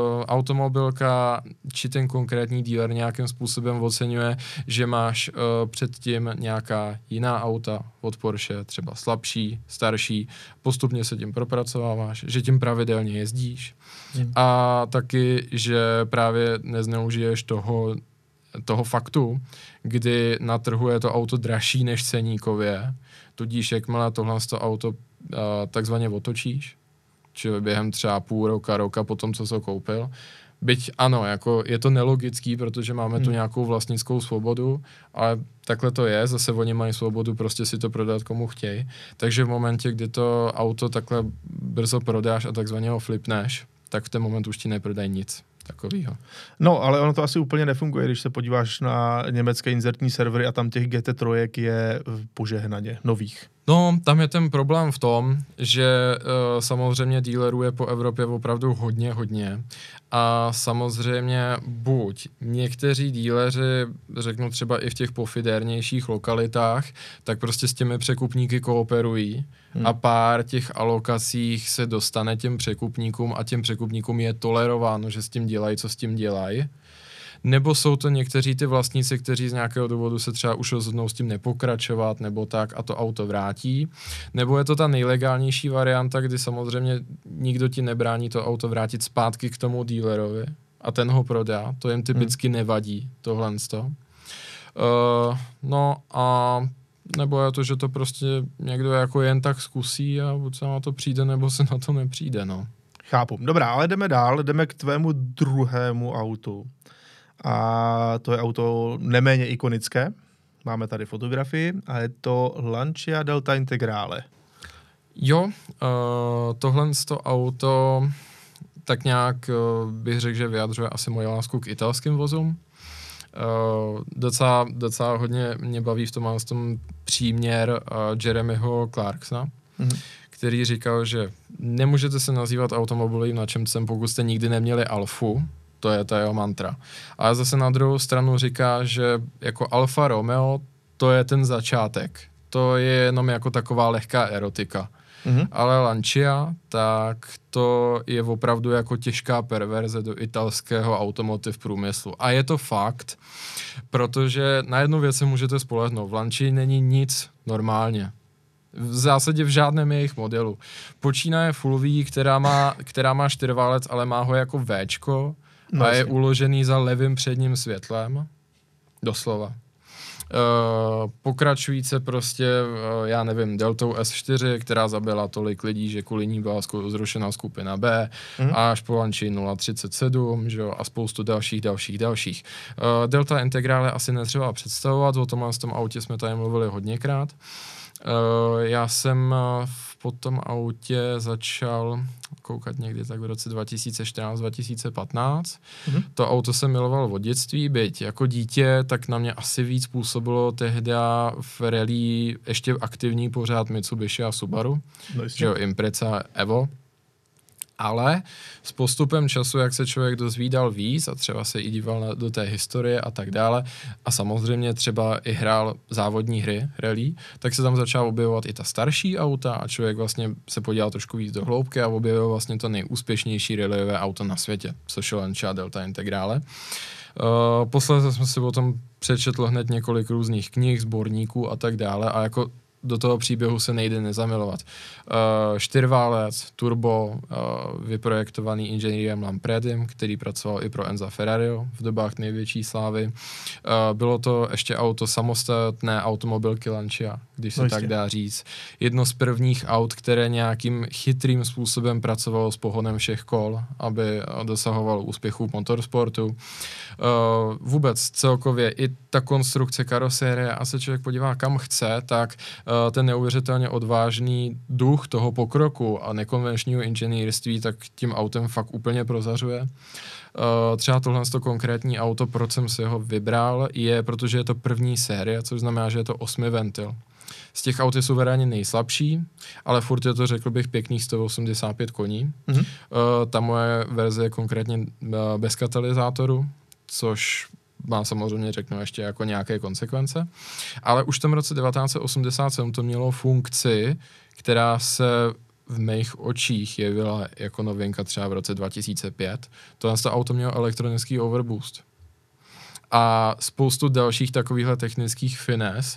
automobilka či ten konkrétní dealer nějakým způsobem oceňuje, že máš předtím nějaká jiná auta od Porsche, třeba slabší, starší, postupně se tím propracováváš, že tím pravidelně jezdíš a taky, že právě nezneužiješ toho faktu, kdy na trhu je to auto dražší než ceníkově, tudíž jakmile tohle auto takzvaně otočíš, čili během třeba půl roka po tom, co jsi ho koupil. Byť ano, jako je to nelogický, protože máme tu nějakou vlastnickou svobodu, ale takhle to je, zase oni mají svobodu prostě si to prodat komu chtějí. Takže v momentě, kdy to auto takhle brzo prodáš a takzvaně ho flipneš, tak v ten moment už ti neprodají nic takovýho. No, ale ono to asi úplně nefunguje, když se podíváš na německé inzertní servery a tam těch GT3 je požehnaně nových. No, tam je ten problém v tom, že samozřejmě dealerů je po Evropě opravdu hodně a samozřejmě buď někteří dealeři, řeknu třeba i v těch pofidérnějších lokalitách, tak prostě s těmi překupníky kooperují a pár těch alokacích se dostane těm překupníkům a těm překupníkům je tolerováno, že s tím dělají, co s tím dělají. Nebo jsou to někteří ty vlastníci, kteří z nějakého důvodu se třeba už rozhodnou s tím nepokračovat nebo tak a to auto vrátí. Nebo je to ta nejlegálnější varianta, kdy samozřejmě nikdo ti nebrání to auto vrátit zpátky k tomu dealerovi a ten ho prodá. To jim typicky nevadí, tohle. No a nebo je to, že to prostě někdo jako jen tak zkusí a buď se na to přijde, nebo se na to nepřijde, no. Chápu. Dobrá, ale jdeme dál, jdeme k tvému druhému autu. A to je auto neméně ikonické. Máme tady fotografii a je to Lancia Delta Integrale. Jo, tohle auto tak nějak bych řekl, že vyjadřuje asi moji lásku k italským vozům. Docela hodně mě baví v tom příměr Jeremyho Clarksona, který říkal, že nemůžete se nazývat automobilovým nadšencem, pokud jste nikdy neměli Alfu. To je ta jeho mantra. Ale zase na druhou stranu říká, že jako Alfa Romeo to je ten začátek. To je jenom jako taková lehká erotika. Ale Lancia, tak to je opravdu jako těžká perverze do italského automotiv průmyslu. A je to fakt, protože na jednu věc se můžete spolehnout. V Lancii není nic normálně. V zásadě v žádném jejich modelu. Počínaje Full V, která má čtyřválec, ale má ho jako Včko, a je uložený za levým předním světlem. Doslova. Pokračujíce prostě, já nevím, Deltou S4, která zabila tolik lidí, že kvůli ní byla zrušena skupina B, až po Lancii 037, že jo, a spoustu dalších. Delta Integrale asi netřeba představovat, o tomhle z tom autě jsme tady mluvili hodněkrát. Já jsem po tom autě začal koukat někdy tak v roce 2014-2015. To auto jsem miloval od dětství, byť jako dítě, tak na mě asi víc působilo tehda v rally ještě aktivní pořád Mitsubishi a Subaru, že jo, Impreza, Evo. Ale s postupem času, jak se člověk dozvídal víc a třeba se i díval do té historie a tak dále a samozřejmě třeba i hrál závodní hry, rally, tak se tam začala objevovat i ta starší auta a člověk vlastně se podíval trošku víc do hloubky a objevil vlastně to nejúspěšnější rallyové auto na světě, což je Lancia Delta Integrale. Posledně jsme si o tom přečetl hned několik různých knih, sborníků a tak dále a jako do toho příběhu se nejde nezamilovat. Čtyřválec, turbo, vyprojektovaný inženýrem Lampredim, který pracoval i pro Enza Ferrario v dobách největší slávy. Bylo to ještě auto samostatné automobilky Lancia, když se tak dá říct. Jedno z prvních aut, které nějakým chytrým způsobem pracovalo s pohonem všech kol, aby dosahovalo úspěchů motorsportu. Vůbec celkově i ta konstrukce karosérie, a se člověk podívá kam chce, tak ten neuvěřitelně odvážný duch toho pokroku a nekonvenčního inženýrství, tak tím autem fakt úplně prozařuje. Třeba tohle konkrétní auto, proč jsem si ho vybral, je, protože je to první série, což znamená, že je to 8 ventil. Z těch aut je suverénně nejslabší, ale furt je to, řekl bych, pěkných 185 koní. Mm-hmm. Ta moje verze je konkrétně bez katalyzátoru, což má samozřejmě, řeknu, ještě jako nějaké konsekvence. Ale už v tom roce 1987 to mělo funkci, která se v mých očích jevila jako novinka třeba v roce 2005. Tohle auto mělo elektronický overboost. A spoustu dalších takovýchhle technických fines,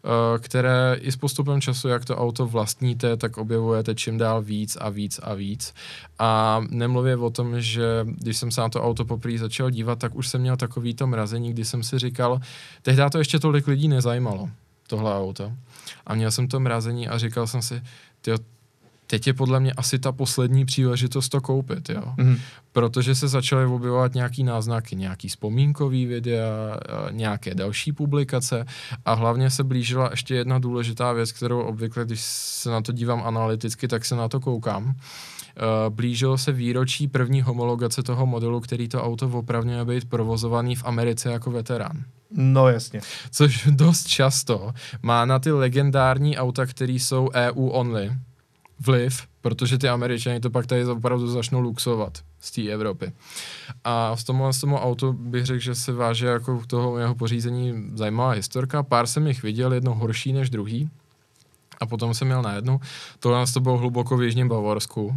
které i s postupem času, jak to auto vlastníte, tak objevujete čím dál víc a víc a víc. A nemluvě o tom, že když jsem se na to auto poprvé začal dívat, tak už jsem měl takový to mrazení, kdy jsem si říkal, tehdy to ještě tolik lidí nezajímalo, tohle auto. A měl jsem to mrazení a říkal jsem si, tyjo, teď je podle mě asi ta poslední příležitost to koupit, jo. Mm-hmm. Protože se začaly objevovat nějaký náznaky, nějaký vzpomínkový videa, nějaké další publikace a hlavně se blížila ještě jedna důležitá věc, kterou obvykle, když se na to dívám analyticky, tak se na to koukám. Blížilo se výročí první homologace toho modelu, který to auto opravdu měl být provozovaný v Americe jako veterán. No jasně. Což dost často má na ty legendární auta, které jsou EU only, vliv, protože ty Američani to pak tady opravdu začnou luxovat z té Evropy. A z tomu autu bych řekl, že se váže jako toho jeho pořízení zajímavá historka. Pár jsem jich viděl, jedno horší než druhý. A potom jsem měl na jednu. Tohle to bylo hluboko v jižním Bavorsku.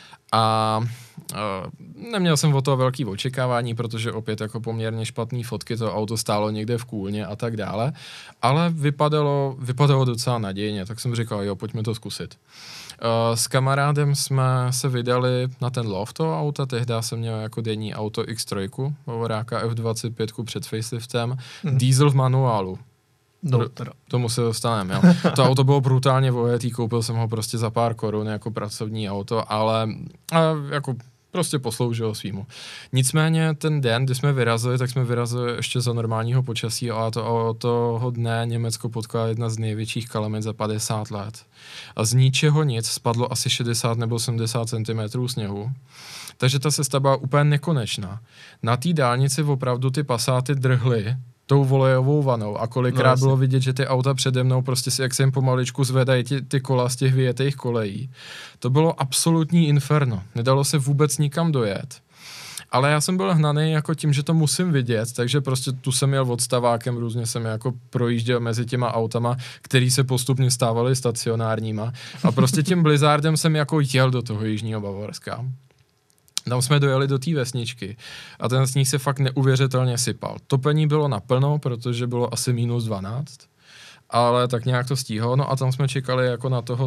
A neměl jsem o toho velký očekávání, protože opět jako poměrně špatný fotky, to auto stálo někde v Kůlně a tak dále, ale vypadalo docela nadějně, tak jsem říkal, jo, pojďme to zkusit. S kamarádem jsme se vydali na ten lov toho auta, tehdy jsem měl jako denní auto X3, Bavoráka F25 před faceliftem, diesel v manuálu. No, tomu se dostaneme, jo. To auto bylo brutálně vojetý, koupil jsem ho prostě za pár korun jako pracovní auto, ale jako prostě posloužilo svýmu. Nicméně ten den, kdy jsme vyrazili, tak jsme vyrazili ještě za normálního počasí, ale toho dne Německo potkala jedna z největších kalamit za 50 let. A z ničeho nic spadlo asi 60 nebo 70 cm sněhu. Takže ta cesta byla úplně nekonečná. Na té dálnici opravdu ty pasáty drhly tou volejovou vanou a kolikrát bylo vidět, že ty auta přede mnou prostě si jak se jim pomaličku zvedají ty kola z těch vyjetých kolejí. To bylo absolutní inferno. Nedalo se vůbec nikam dojet. Ale já jsem byl hnaný jako tím, že to musím vidět, takže prostě tu jsem jel odstavákem, různě jsem jako projížděl mezi těma autama, který se postupně stávaly stacionárníma a prostě tím blizzardem jsem jako jel do toho jižního Bavorska. Tam jsme dojeli do té vesničky a ten sníh se fakt neuvěřitelně sypal. Topení bylo naplno, protože bylo asi -12, ale tak nějak to stíhalo. No a tam jsme čekali jako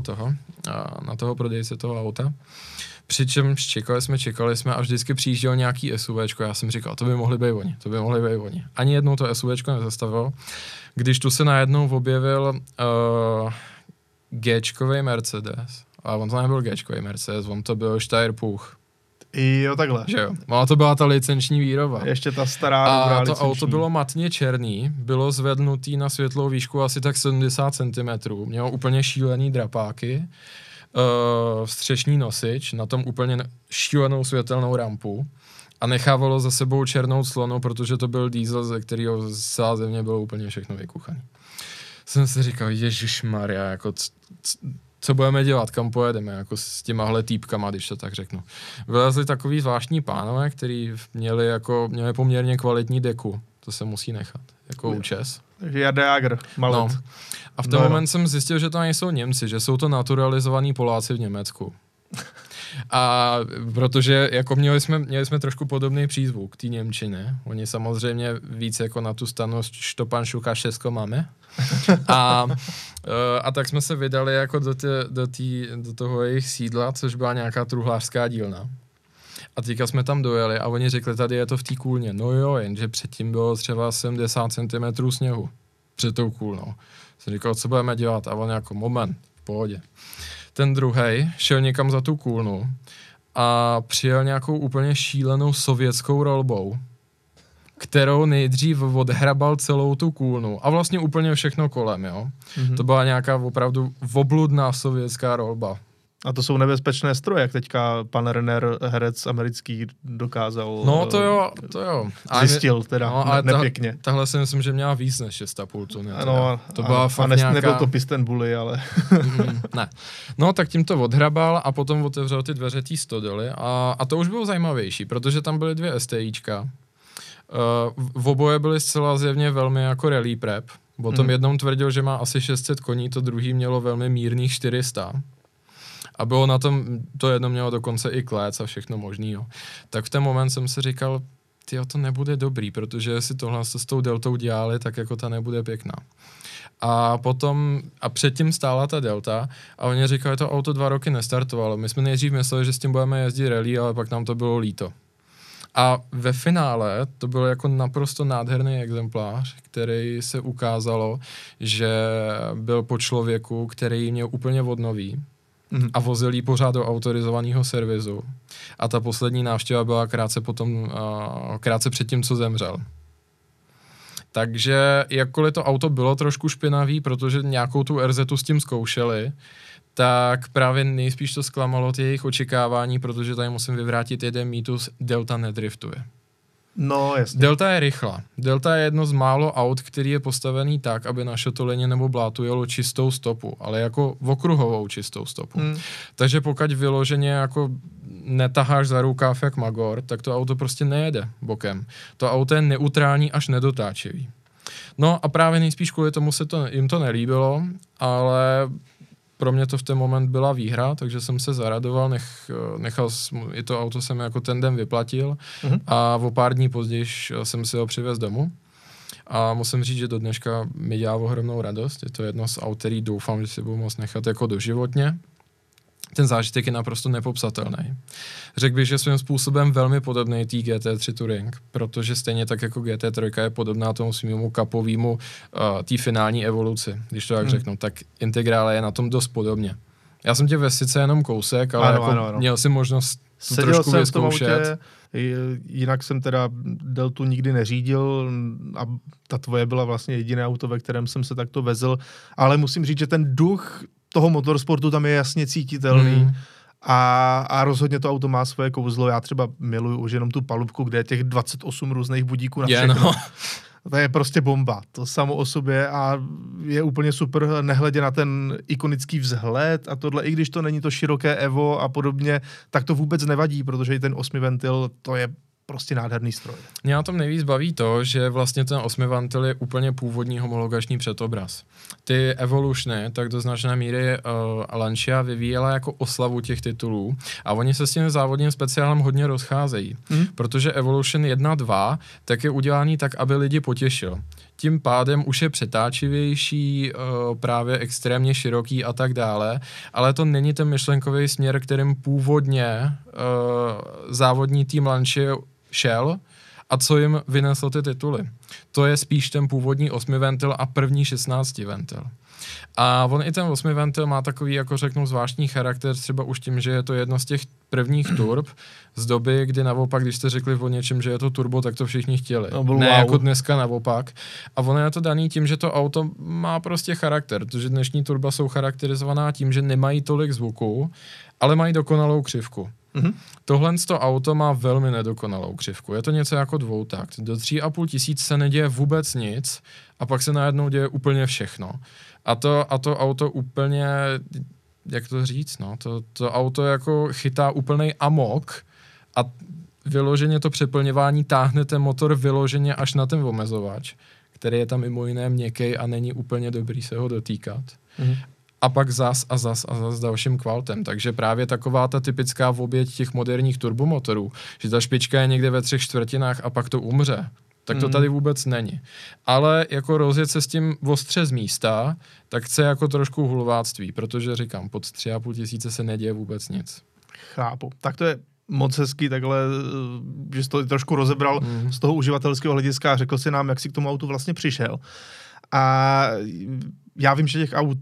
na toho prodejce toho auta. Přičemž čekali jsme a vždycky přijížděl nějaký SUVčko. Já jsem říkal, to by mohli být oni. Ani jednou to SUVčko nezastavilo. Když tu se najednou objevil G-čkovej Mercedes, a on to nebyl G-čkovej Mercedes, on to byl Steyr-Puch. Jo, takhle. Že jo. No a to byla ta licenční výroba. Ještě ta stará dobrá licenční. A to licenční. auto bylo matně černý, bylo zvednutý na světlou výšku asi tak 70 cm, mělo úplně šílený drapáky, střešní nosič, na tom úplně šílenou světelnou rampu a nechávalo za sebou černou clonu, protože to byl diesel, ze kterého celá země bylo úplně všechno vykuchané. Jsem si říkal, ježišmarja, jako co budeme dělat, kam pojedeme, jako s těmahle týpkama, když to tak řeknu. Vylezli takový zvláštní pánové, který měli poměrně kvalitní deku, to se musí nechat, jako účes. Takže Jager, malet. No. A v ten moment jsem zjistil, že to nejsou Němci, že jsou to naturalizovaní Poláci v Německu. A protože jako měli jsme trošku podobný přízvuk té němčiny. Oni samozřejmě víc jako na tu stanu Štopan Šuka Šesko máme. A tak jsme se vydali jako do toho jejich sídla, což byla nějaká truhlářská dílna. A teďka jsme tam dojeli a oni řekli, tady je to v té Kůlně. No jo, jenže předtím bylo třeba 70 cm sněhu před tou Kůlnou. Jsem říkal, co budeme dělat? A on jako, moment, v pohodě. Ten druhej šel někam za tu Kůlnu a přijel nějakou úplně šílenou sovětskou rolbou, kterou nejdřív odhrabal celou tu kůlnu a vlastně úplně všechno kolem, jo. To byla nějaká opravdu obludná sovětská rolba. A to jsou nebezpečné stroje, jak teďka pan Renner, herec americký, dokázal. No to jo. Zjistil teda, no, nepěkně. Tahle si myslím, že měla víc než 6,5 tuny. No, to byla fakt nějaká... Nebyl to piston bully, ale... Ne. No, tak tím to odhrabal a potom otevřel ty dveře té stodoly a to už bylo zajímavější, protože tam byly 2 STIčka. V oboje byly zcela zjevně velmi jako rally prep. O tom jednom tvrdil, že má asi 600 koní, to druhý mělo velmi mírných 400. A bylo na tom, to jedno mělo dokonce i klec a všechno možného. Tak v ten moment jsem si říkal, to nebude dobrý, protože jestli tohle s tou Deltou dělali, tak jako ta nebude pěkná. A předtím stála ta Delta a oni říkali, to auto 2 roky nestartovalo. My jsme nejdřív mysleli, že s tím budeme jezdit rally, ale pak nám to bylo líto. A ve finále to byl jako naprosto nádherný exemplář, který se ukázalo, že byl po člověku, který měl úplně od nový a vozil jí pořád do autorizovaného servisu. A ta poslední návštěva byla krátce před tím, co zemřel. Takže jakkoliv to auto bylo trošku špinavý, protože nějakou tu RZ s tím zkoušeli, tak právě nejspíš to zklamalo ty jejich očekávání, protože tady musím vyvrátit jeden mýtus, Delta nedriftuje. No, jasně. Delta je rychlá. Delta je jedno z málo aut, který je postavený tak, aby na šotolině nebo blátu jelo čistou stopu, ale jako okruhovou čistou stopu. Takže pokud vyloženě jako netaháš za rukáv jak magor, tak to auto prostě nejede bokem. To auto je neutrální až nedotáčivý. No a právě nejspíš kvůli tomu jim to nelíbilo, ale pro mě to v ten moment byla výhra, takže jsem se zaradoval, nechal i to auto jsem jako ten den vyplatil a o pár dní později jsem si ho přivez domů. A musím říct, že do dneška mi dělá ohromnou radost. Je to jedno z aut, který doufám, že si budu moct nechat jako doživotně. Ten zážitek je naprosto nepopsatelný. Řekl bych, že svým způsobem velmi podobný tý GT3 Touring, protože stejně tak jako GT3 je podobná tomu svému kapovému té finální evoluci, když to tak řeknu, tak Integrále je na tom dost podobně. Já jsem tě ve sice jenom kousek, ale ano. Měl jsem možnost to trošku vyzkoušet. Jinak jsem teda Deltu nikdy neřídil a ta tvoje byla vlastně jediné auto, ve kterém jsem se takto vezl, ale musím říct, že ten duch toho motorsportu tam je jasně cítitelný a rozhodně to auto má svoje kouzlo. Já třeba miluju už jenom tu palubku, kde je těch 28 různých budíků na všechno. To je prostě bomba, to samo o sobě a je úplně super, nehledě na ten ikonický vzhled a tohle, i když to není to široké Evo a podobně, tak to vůbec nevadí, protože i ten 8ventil, to je prostě nádherný stroj. Mě na tom nejvíc baví to, že vlastně ten 8ventil je úplně původní homologační předobraz. Ty Evolutiony, tak do značné míry Lancia vyvíjela jako oslavu těch titulů a oni se s tím závodním speciálem hodně rozcházejí, protože Evolution 1.2 tak je udělaný tak, aby lidi potěšil. Tím pádem už je přetáčivější, právě extrémně široký a tak dále, ale to není ten myšlenkový směr, kterým původně závodní tým Lancia šel a co jim vyneslo ty tituly. To je spíš ten původní 8ventil a první 16ventil. A on i ten 8ventil má takový, jako řeknu, zvláštní charakter, třeba už tím, že je to jedno z těch prvních turb z doby, kdy naopak, když jste řekli o něčem, že je to turbo, tak to všichni chtěli. Ne jako dneska naopak. A ono je to daný tím, že to auto má prostě charakter, protože dnešní turba jsou charakterizovaná tím, že nemají tolik zvuku, ale mají dokonalou křivku. Tohle auto má velmi nedokonalou křivku. Je to něco jako dvoutakt. Do 3,5 tisíc se neděje vůbec nic a pak se najednou děje úplně všechno. A to auto úplně, jak to říct, no, to auto jako chytá úplnej amok a vyloženě to přeplňování táhne ten motor vyloženě až na ten omezovač, který je tam mimo jiné měkkej a není úplně dobrý se ho dotýkat. A pak zas dalším kvaltem. Takže právě taková ta typická oběť těch moderních turbomotorů, že ta špička je někde ve 3/4 a pak to umře. Tak to tady vůbec není. Ale jako rozjet se s tím ostře z místa, tak chce jako trošku hulváctví, protože říkám, pod 3,5 tisíce se neděje vůbec nic. Chápu. Tak to je moc hezký takhle, že jsi to trošku rozebral z toho uživatelského hlediska a řekl si nám, jak jsi k tomu autu vlastně přišel. A já vím, že těch aut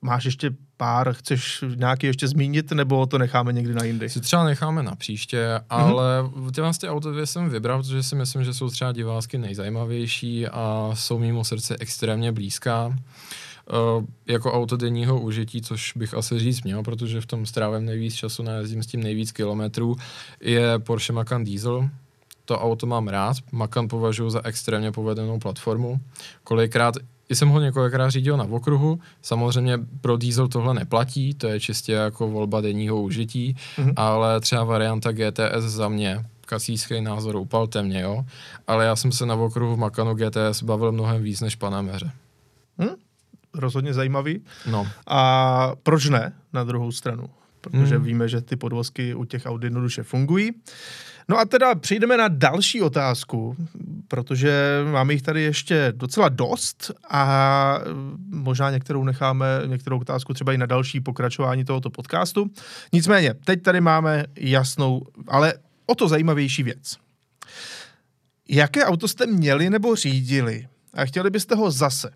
máš ještě pár, chceš nějaký ještě zmínit, nebo to necháme někdy na jindy? Si třeba necháme na příště, ale ty auto dvě jsem vybral, protože si myslím, že jsou třeba divácky nejzajímavější a jsou mimo srdce extrémně blízká. Jako auto denního užití, což bych asi říct měl, protože v tom strávím nejvíc času, najezdím s tím nejvíc kilometrů, je Porsche Macan Diesel. To auto mám rád, Macan považuji za extrémně povedenou platformu. Jsem ho několikrát řídil na okruhu, samozřejmě pro diesel tohle neplatí, to je čistě jako volba denního užití, ale třeba varianta GTS za mě, kasířský názor, upalte mě, jo, ale já jsem se na okruhu Macanu GTS bavil mnohem víc než Panameře. Rozhodně zajímavý. No. A proč ne na druhou stranu? Protože víme, že ty podvozky u těch aut jednoduše fungují. No a teda přejdeme na další otázku, protože máme jich tady ještě docela dost a možná některou otázku třeba i na další pokračování tohoto podcastu. Nicméně, teď tady máme jasnou, ale o to zajímavější věc. Jaké auto jste měli nebo řídili a chtěli byste ho zase,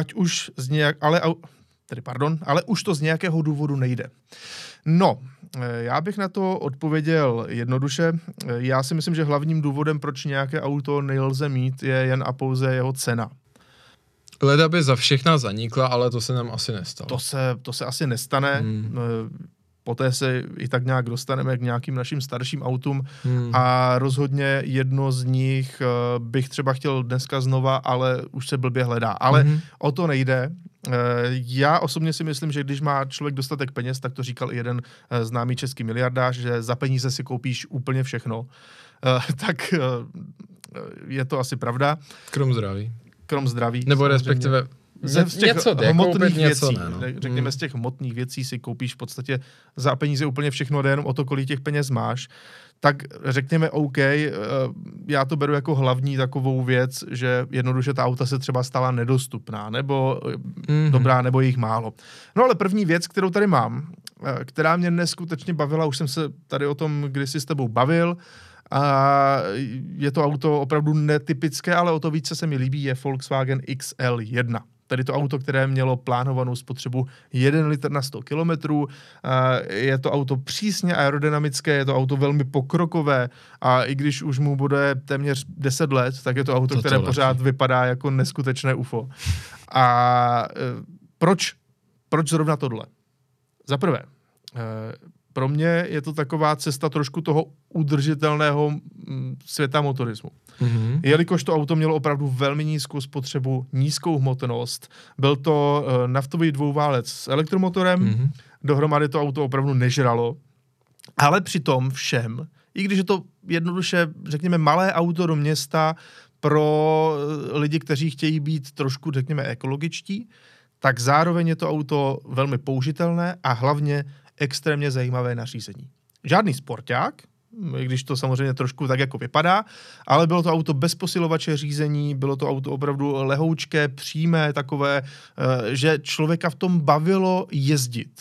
ale už to z nějakého důvodu nejde. No, já bych na to odpověděl jednoduše. Já si myslím, že hlavním důvodem, proč nějaké auto nelze mít, je jen a pouze jeho cena. Leda by za všechna zanikla, ale to se nám asi nestalo. To se asi nestane. Poté se i tak nějak dostaneme k nějakým našim starším autům a rozhodně jedno z nich bych třeba chtěl dneska znova, ale už se blbě hledá. Ale o to nejde. Já osobně si myslím, že když má člověk dostatek peněz, tak to říkal i jeden známý český miliardář, že za peníze si koupíš úplně všechno. Tak je to asi pravda. Krom zdraví. Nebo respektive z těch hmotných věcí, řekněme, No. z těch hmotných věcí si koupíš v podstatě za peníze úplně všechno, jde jenom o to, kolik těch peněz máš, tak řekněme OK, já to beru jako hlavní takovou věc, že jednoduše ta auta se třeba stala nedostupná, nebo dobrá, nebo jich málo. No ale první věc, kterou tady mám, která mě neskutečně bavila, už jsem se tady o tom kdysi s tebou bavil, a je to auto opravdu netypické, ale o to více se mi líbí, je Volkswagen XL1. Tedy to auto, které mělo plánovanou spotřebu 1 litr na 100 kilometrů. Je to auto přísně aerodynamické, je to auto velmi pokrokové a i když už mu bude téměř 10 let, tak je to auto, které pořád vypadá jako neskutečné UFO. A proč zrovna tohle? Za prvé, pro mě je to taková cesta trošku toho udržitelného světa motorismu. Jelikož to auto mělo opravdu velmi nízkou spotřebu, nízkou hmotnost, byl to naftový dvouválec s elektromotorem, dohromady to auto opravdu nežralo, ale přitom všem, i když je to jednoduše, řekněme, malé auto do města pro lidi, kteří chtějí být trošku, řekněme, ekologičtí, tak zároveň je to auto velmi použitelné a hlavně extrémně zajímavé na řízení. Žádný sporták, i když to samozřejmě trošku tak jako vypadá, ale bylo to auto bez posilovače řízení, bylo to auto opravdu lehoučké, přímé, takové, že člověka v tom bavilo jezdit.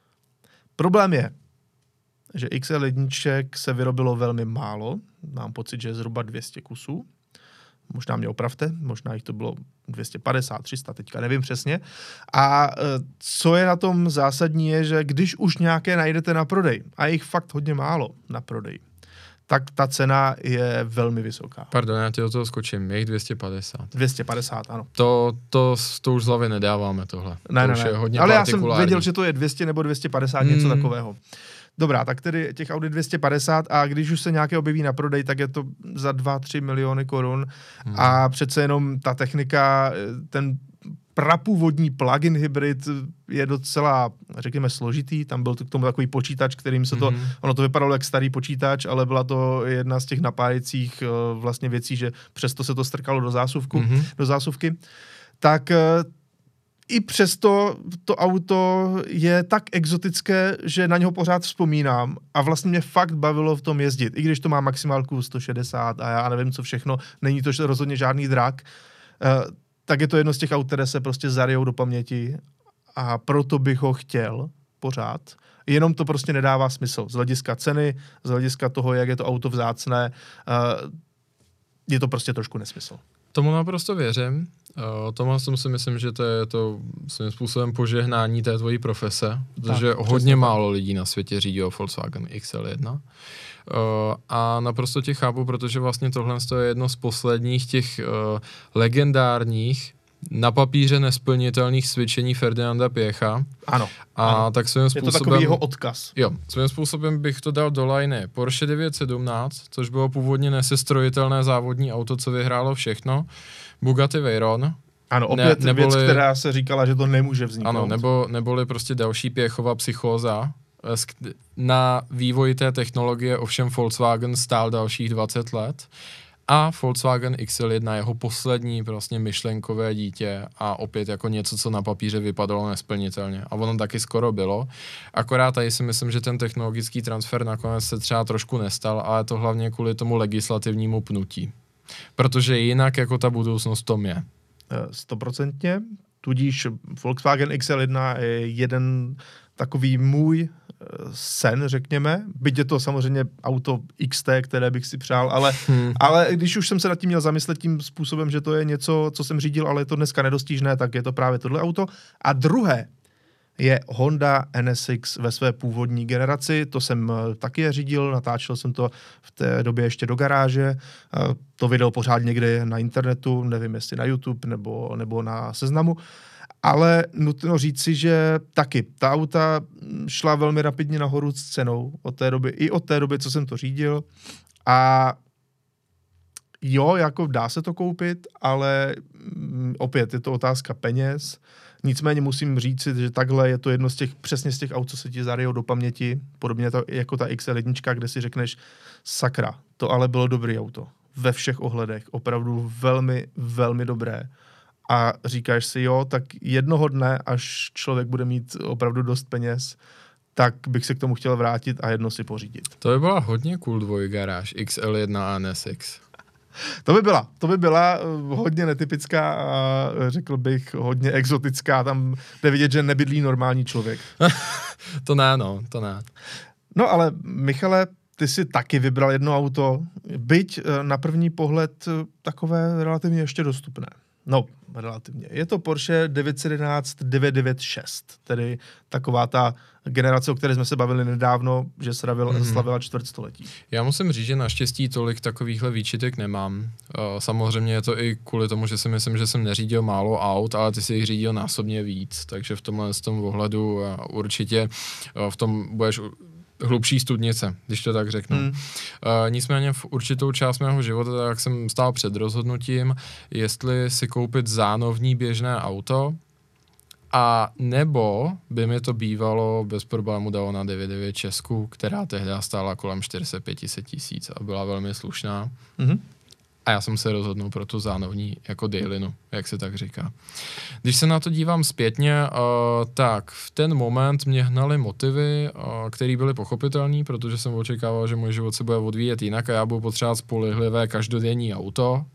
Problém je, že XL1 se vyrobilo velmi málo, mám pocit, že je zhruba 200 kusů, možná mě opravte, možná jich to bylo 250, 300, teďka nevím přesně. A co je na tom zásadní je, že když už nějaké najdete na prodej, a jich fakt hodně málo na prodej, tak ta cena je velmi vysoká. Pardon, já ti do toho skočím, je jich 250. 250, ano. To už z hlavy nedáváme tohle. Ne, je hodně ale já jsem věděl, že to je 200 nebo 250, něco takového. Dobrá, tak tedy těch Audi 250 a když už se nějaké objeví na prodej, tak je to za 2-3 miliony korun a přece jenom ta technika, ten prapůvodní plug-in hybrid je docela, řekněme, složitý. Tam byl k tomu takový počítač, kterým se to, ono to vypadalo jak starý počítač, ale byla to jedna z těch napájecích vlastně věcí, že přesto se to strkalo do zásuvky. Tak i přesto to auto je tak exotické, že na něho pořád vzpomínám a vlastně mě fakt bavilo v tom jezdit. I když to má maximálku 160 a já nevím co všechno, není to rozhodně žádný drak, tak je to jedno z těch aut, které se prostě zarijou do paměti a proto bych ho chtěl pořád. Jenom to prostě nedává smysl. Z hlediska ceny, z hlediska toho, jak je to auto vzácné, je to prostě trošku nesmysl. Tomu naprosto věřím. Tomáš, si myslím, že to je to svým způsobem požehnání té tvojí profese, protože Tak, hodně málo lidí na světě řídí Volkswagen XL1. A naprosto tě chápu, protože vlastně tohle je jedno z posledních těch legendárních, na papíře nesplnitelných cvičení Ferdinanda Piecha. Ano. A tak svým způsobem... Je to takový jeho odkaz. Jo, svým způsobem bych to dal do lajny Porsche 917, což bylo původně nesestrojitelné závodní auto, co vyhrálo všechno. Bugatti Veyron. Ano, opět věc, která se říkala, že to nemůže vzniknout. Ano, neboli prostě další Piechova psychóza. Na vývoji té technologie ovšem Volkswagen stál dalších 20 let. A Volkswagen XL1 jeho poslední prostě myšlenkové dítě a opět jako něco, co na papíře vypadalo nesplnitelně. A ono taky skoro bylo. Akorát tady si myslím, že ten technologický transfer nakonec se třeba trošku nestal, ale to hlavně kvůli tomu legislativnímu pnutí. Protože jinak jako ta budoucnost v tom je. 100%. Tudíž Volkswagen XL1 je jeden takový můj sen, řekněme. Byť je to samozřejmě auto XT, které bych si přál, ale když už jsem se nad tím měl zamyslet tím způsobem, že to je něco, co jsem řídil, ale je to dneska nedostižné, tak je to právě tohle auto. A druhé je Honda NSX ve své původní generaci. To jsem taky řídil, natáčel jsem to v té době ještě do garáže. To video pořád někde na internetu, nevím jestli na YouTube nebo na Seznamu. Ale nutno říci, že taky ta auta šla velmi rapidně nahoru s cenou od té doby, co jsem to řídil. A jo, jako dá se to koupit, ale opět je to otázka peněz. Nicméně musím říct, že takhle je to jedno přesně z těch aut, co se ti zaryjou do paměti. Podobně to jako ta XL1, kde si řekneš, sakra, to ale bylo dobrý auto. Ve všech ohledech. Opravdu velmi, velmi dobré. A říkáš si, jo, tak jednoho dne, až člověk bude mít opravdu dost peněz, tak bych se k tomu chtěl vrátit a jedno si pořídit. To by byla hodně cool dvojgaráž, XL1 a NSX. To by byla hodně netypická a řekl bych hodně exotická. Tam jde vidět, že nebydlí normální člověk. To ne. No ale Michale, ty si taky vybral jedno auto, byť na první pohled takové relativně ještě dostupné. No, relativně. Je to Porsche 911 996, tedy taková ta generace, o které jsme se bavili nedávno, že slavila čtvrtstoletí. Já musím říct, že naštěstí tolik takovýchhle výčitek nemám. Samozřejmě je to i kvůli tomu, že si myslím, že jsem neřídil málo aut, ale ty si jich řídil násobně víc, takže v tomhle z tom ohledu určitě v tom budeš hlubší studnice, když to tak řeknu. Nicméně v určitou část mého života, tak jsem stál před rozhodnutím, jestli si koupit zánovní běžné auto, a nebo by mi to bývalo bez problému dalo na 9.9 Česku, která tehdy stála kolem 400-500 tisíc a byla velmi slušná. A já jsem se rozhodnul pro tu zánovní jako dailinu, jak se tak říká. Když se na to dívám zpětně, tak v ten moment mě hnaly motivy, které byly pochopitelné, protože jsem očekával, že můj život se bude odvíjet jinak a já budu potřebovat spolehlivé každodenní auto.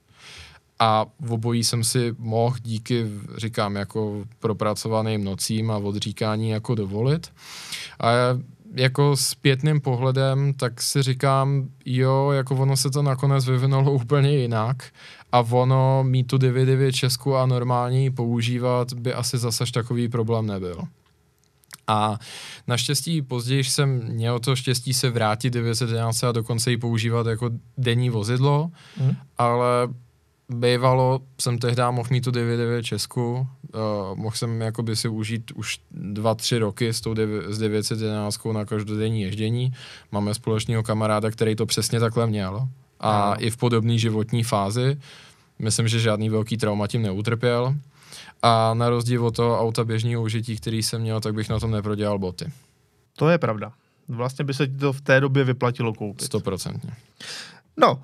A v obojí jsem si mohl díky, říkám, jako propracovaným nocím a odříkání jako dovolit. A jako zpětným pohledem, tak si říkám, jo, jako ono se to nakonec vyvinulo úplně jinak a ono mít tu 9.9 Česku a normálně ji používat by asi zase takový problém nebyl. A naštěstí později jsem měl to štěstí se vrátit 911 a dokonce ji používat jako denní vozidlo, ale bývalo jsem tehdy mohl mít tu 9.9 Česku, mohl jsem jakoby si užít už 2-3 roky s 911 na každodenní ježdění. Máme společného kamaráda, který to přesně takhle měl a i v podobné životní fázi. Myslím, že žádný velký trauma tím neutrpěl a na rozdíl od toho auta běžného užití, který jsem měl, tak bych na tom neprodělal boty. To je pravda. Vlastně by se ti to v té době vyplatilo koupit. 100%. No,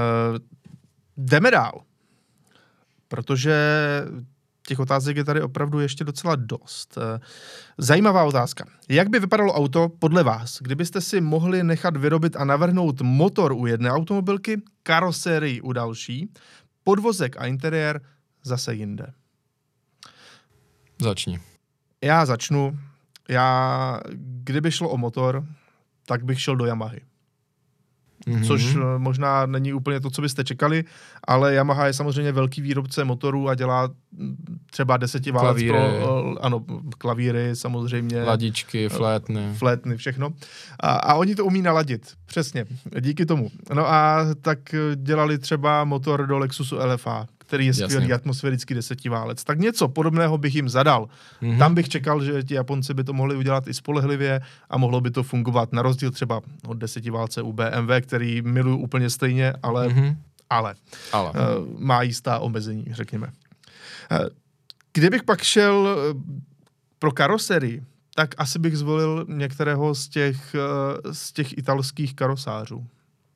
jdeme dál. Protože těch otázek je tady opravdu ještě docela dost. Zajímavá otázka. Jak by vypadalo auto podle vás, kdybyste si mohli nechat vyrobit a navrhnout motor u jedné automobilky, karosérii u další, podvozek a interiér zase jinde? Začni. Já začnu. Kdyby šlo o motor, tak bych šel do Yamahy. což možná není úplně to, co byste čekali, ale Yamaha je samozřejmě velký výrobce motorů a dělá třeba 10válec pro klavíry, samozřejmě. Ladičky, flétny, všechno. A oni to umí naladit, přesně, díky tomu. No a tak dělali třeba motor do Lexusu LFA, který je skvělý atmosférický 10válec. Tak něco podobného bych jim zadal. Tam bych čekal, že ti Japonci by to mohli udělat i spolehlivě a mohlo by to fungovat. Na rozdíl třeba od 10válce u BMW, který miluju úplně stejně, ale má jistá omezení, řekněme. Kdybych pak šel pro karoserii, tak asi bych zvolil některého z těch italských karosářů.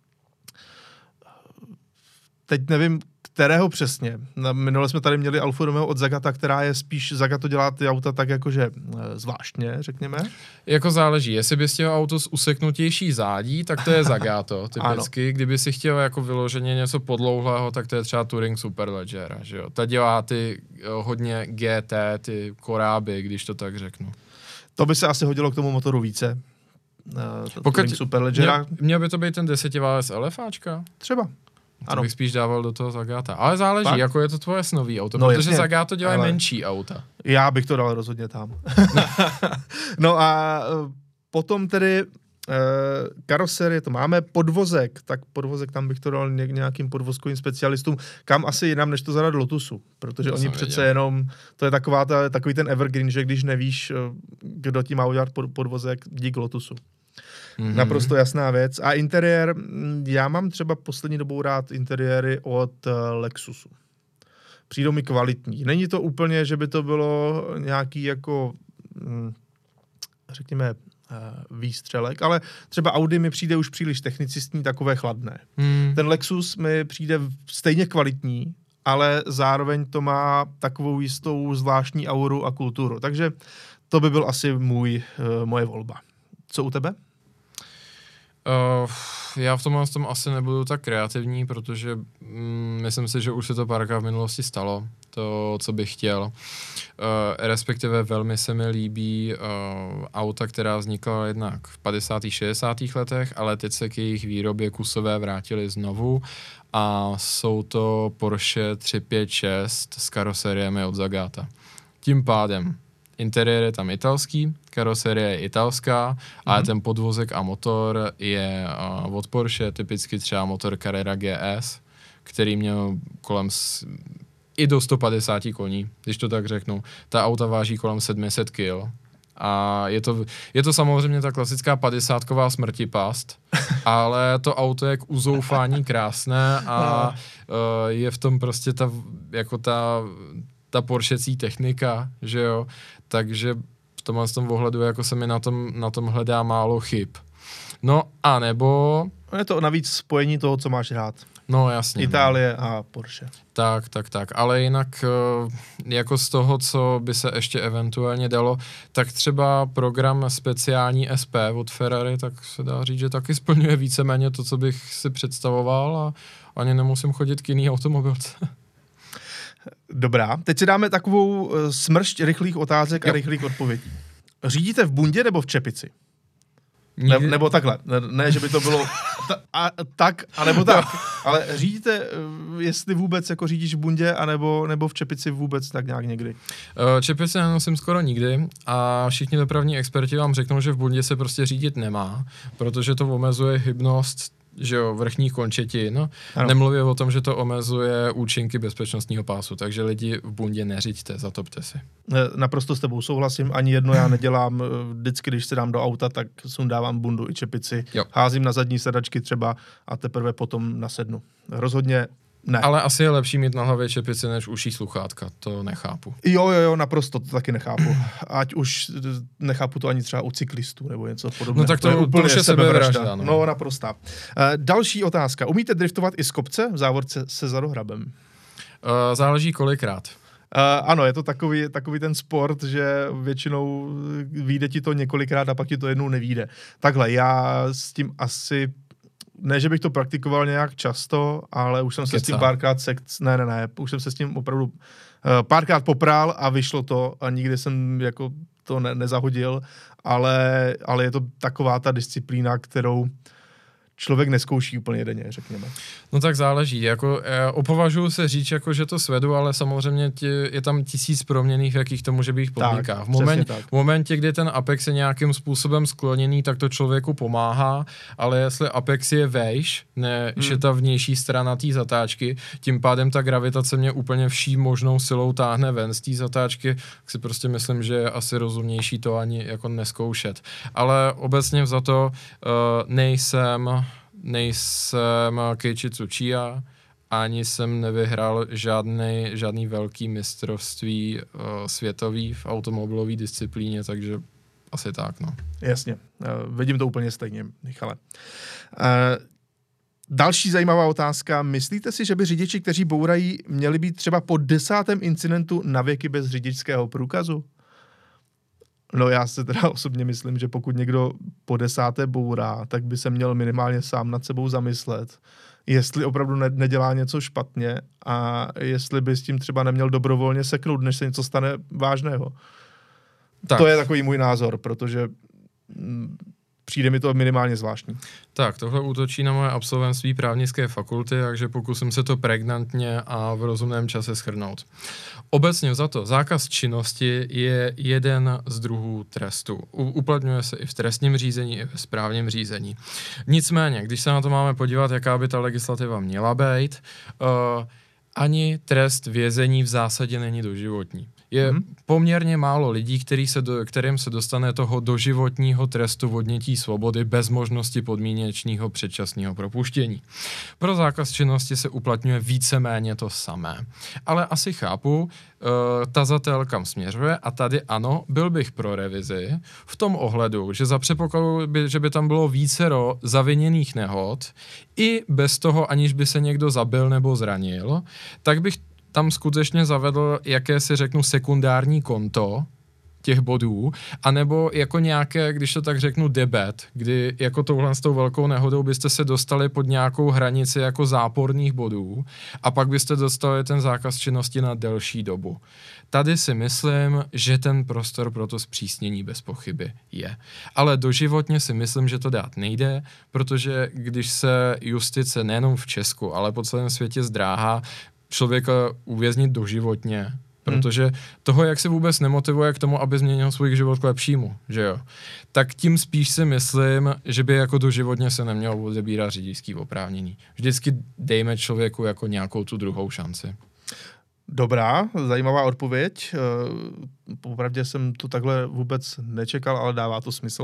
Teď nevím, kterého přesně. Minule jsme tady měli Alfa Romeo od Zagata, která je spíš, Zagato dělá ty auta tak jakože zvláštně, řekněme. Jako záleží, jestli bys chtěl auto s useknutější zádí, tak to je Zagato, typicky. Kdyby si chtěl jako vyloženě něco podlouhlého, tak to je třeba Touring Superleggera, že jo. Ta dělá ty hodně GT, ty koráby, když to tak řeknu. To by se asi hodilo k tomu motoru více. Touring Superleggera. Měl by to být ten 10válec LFAčka? Třeba. To bych spíš dával do toho Zagata. Ale záleží, tak? Jako je to tvoje snový auto, no, protože jasně, Zagato dělá menší auta. Já bych to dal rozhodně tam. No a potom tedy karoserie, to máme podvozek, tak podvozek tam bych to dal nějakým podvozkovým specialistům, kam asi jinam, než to zadat Lotusu, protože oni přece jenom, to je takový ten evergreen, že když nevíš, kdo ti má udělat podvozek, dík Lotusu. Naprosto jasná věc. A interiér, já mám třeba poslední dobou rád interiéry od Lexusu. Přijdou mi kvalitní. Není to úplně, že by to bylo nějaký jako, řekněme, výstřelek, ale třeba Audi mi přijde už příliš technicistní, takové chladné. Ten Lexus mi přijde stejně kvalitní, ale zároveň to má takovou jistou zvláštní auru a kulturu. Takže to by byl asi moje volba. Co u tebe? Já v tom asi nebudu tak kreativní, protože myslím si, že už se to párkrát v minulosti stalo, to, co bych chtěl. Respektive velmi se mi líbí auta, která vznikla jednak v 50. 60. letech, ale teď se k jejich výrobě kusové vrátily znovu a jsou to Porsche 356 s karoseriemi od Zagata. Tím pádem interiér je tam italský, karoserie je italská, ale ten podvozek a motor je od Porsche, typicky třeba motor Carrera GS, který měl kolem i do 150 koní, když to tak řeknu. Ta auta váží kolem 700 kg. A je to samozřejmě ta klasická 50ková smrtipast, ale to auto je k uzoufání krásné a je v tom prostě ta poršecí technika, že jo, takže v tomhle ohledu jako se mi na tom hledá málo chyb. No a nebo... Je to navíc spojení toho, co máš rád. No jasně. Itálie a Porsche. Tak, ale jinak jako z toho, co by se ještě eventuálně dalo, tak třeba program speciální SP od Ferrari, tak se dá říct, že taky splňuje víceméně to, co bych si představoval a ani nemusím chodit k jiný automobilce. Dobrá, teď si dáme takovou smršť rychlých otázek a rychlých odpovědí. Řídíte v bundě nebo v čepici? Nebo takhle. Ne, že by to bylo tak, anebo tak. Ale řídíte, jestli vůbec jako řídíš v bundě, nebo v čepici vůbec tak nějak někdy? Čepici nenosím skoro nikdy a všichni dopravní experti vám řeknou, že v bundě se prostě řídit nemá, protože to omezuje hybnost, že jo, vrchních končetin. Nemluvě o tom, že to omezuje účinky bezpečnostního pásu, takže lidi v bundě neřiďte, zatopte si. Naprosto s tebou souhlasím, ani jedno já nedělám. Vždycky, když se dám do auta, tak sundávám bundu i čepici, házím na zadní sedačky třeba a teprve potom nasednu. Rozhodně ne. Ale asi je lepší mít na hlavě čepici, než uší sluchátka, to nechápu. Jo, naprosto, to taky nechápu. Ať už nechápu to ani třeba u cyklistů nebo něco podobného. No tak to je úplně sebevražda. No, naprosto. Další otázka. Umíte driftovat i z kopce v závorce se zadohrabem? Záleží kolikrát. Ano, je to takový ten sport, že většinou vyjde ti to několikrát a pak ti to jednou nevyjde. Takhle, já s tím asi... Ne, že bych to praktikoval nějak často, ale už jsem se s tím párkrát už jsem se s tím opravdu párkrát popral a vyšlo to a nikdy jsem jako to nezahodil, ale je to taková ta disciplína, kterou člověk neskouší úplně denně, řekněme. No tak záleží, jako opovažuji se říct, jako, že to svedu, ale samozřejmě je tam 1000 proměnných, v jakých to může být podmínkách. V momentě, kdy ten Apex je nějakým způsobem skloněný, tak to člověku pomáhá, ale jestli Apex je vejš, než je ta vnější strana té zatáčky, tím pádem ta gravitace mě úplně vší možnou silou táhne ven z té zatáčky, tak si prostě myslím, že je asi rozumnější to ani jako neskoušet. Ale obecně za to nejsem Keiichi Tsuchiya, ani jsem nevyhrál žádný velký mistrovství světový v automobilové disciplíně, takže asi tak, no. Jasně, vidím to úplně stejně, Michale. Další zajímavá otázka. Myslíte si, že by řidiči, kteří bourají, měli být třeba po 10. incidentu navěky bez řidičského průkazu? No já se teda osobně myslím, že pokud někdo po 10. bourá, tak by se měl minimálně sám nad sebou zamyslet, jestli opravdu nedělá něco špatně a jestli by s tím třeba neměl dobrovolně seknout, než se něco stane vážného. Tak. To je takový můj názor, protože přijde mi to minimálně zvláštní. Tak, tohle útočí na moje absolventství právnické fakulty, takže pokusím se to pregnantně a v rozumném čase shrnout. Obecně za to zákaz činnosti je jeden z druhů trestu. Uplatňuje se i v trestním řízení, i ve správním řízení. Nicméně, když se na to máme podívat, jaká by ta legislativa měla být, ani trest vězení v zásadě není doživotní. Je poměrně málo lidí, kterým se dostane toho doživotního trestu odnětí svobody bez možnosti podmínečného předčasného propuštění. Pro zákaz činnosti se uplatňuje víceméně to samé. Ale asi chápu, tazatel kam směřuje a tady ano, byl bych pro revizi v tom ohledu, že za předpokladu, že by tam bylo vícero zaviněných nehod i bez toho, aniž by se někdo zabil nebo zranil, tak bych tam skutečně zavedl jakési řeknu sekundární konto těch bodů, anebo jako nějaké, když to tak řeknu, debet, kdy jako touhle s tou velkou nehodou byste se dostali pod nějakou hranici jako záporných bodů a pak byste dostali ten zákaz činnosti na delší dobu. Tady si myslím, že ten prostor pro to zpřísnění bez pochyby je. Ale doživotně si myslím, že to dát nejde, protože když se justice nejenom v Česku, ale po celém světě zdráhá člověka uvěznit doživotně, protože toho, jak se vůbec nemotivuje k tomu, aby změnil svůj život k lepšímu, že jo, tak tím spíš si myslím, že by jako doživotně se nemělo odebírat řidičský oprávnění. Vždycky dejme člověku jako nějakou tu druhou šanci. Dobrá, zajímavá odpověď. Popravdě jsem to takhle vůbec nečekal, ale dává to smysl.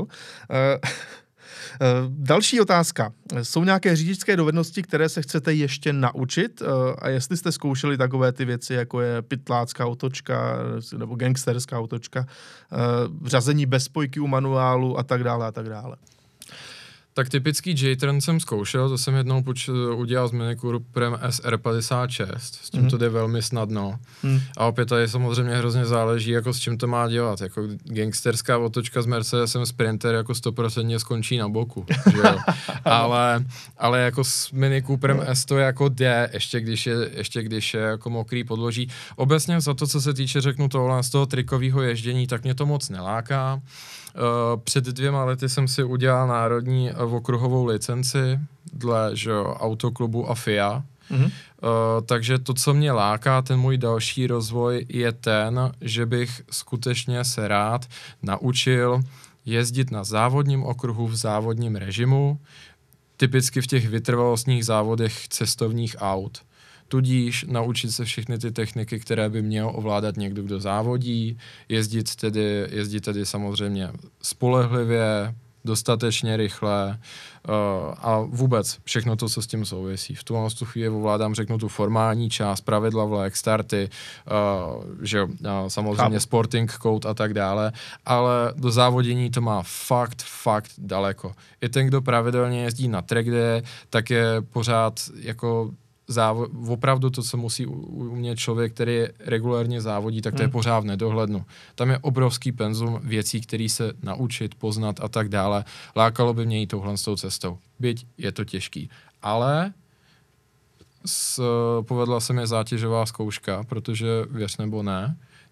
Další otázka. Jsou nějaké řidičské dovednosti, které se chcete ještě naučit? A jestli jste zkoušeli takové ty věci, jako je pytlácká otočka nebo gangsterská otočka, řazení bez spojky u manuálu a tak dále a tak dále. Tak typický J-turn jsem zkoušel, to jsem jednou udělal s Mini Cooperem SR56, s tím to jde velmi snadno. A opět tady samozřejmě hrozně záleží, jako s čím to má dělat. Jako gangsterská otočka s Mercedesem Sprinter jako 100% skončí na boku. Že jo? ale jako s Mini Cooperem S to jako jde, ještě když je jako mokrý podloží. Obecně za to, co se týče, řeknu tohle z toho trikového ježdění, tak mě to moc neláká. Před 2 lety jsem si udělal národní okruhovou licenci dle autoklubu a FIA. Takže to, co mě láká, ten můj další rozvoj je ten, že bych skutečně se rád naučil jezdit na závodním okruhu v závodním režimu, typicky v těch vytrvalostních závodech cestovních aut. Tudíž naučit se všechny ty techniky, které by měl ovládat někdo, kdo závodí, jezdit tedy samozřejmě spolehlivě, dostatečně rychle a vůbec všechno to, co s tím souvisí. V tu chvíli ovládám, řeknu tu formální část, pravidla vlek, starty, samozřejmě sporting code a tak dále, ale do závodění to má fakt daleko. I ten, kdo pravidelně jezdí na track day, tak je pořád jako opravdu to, co musí umět člověk, který regulárně závodí, tak to je pořád v nedohlednu. Tam je obrovský penzum věcí, který se naučit, poznat a tak dále. Lákalo by mě jít touhle s tou cestou. Byť je to těžký. Ale povedla se mi zátěžová zkouška, protože věř nebo ne,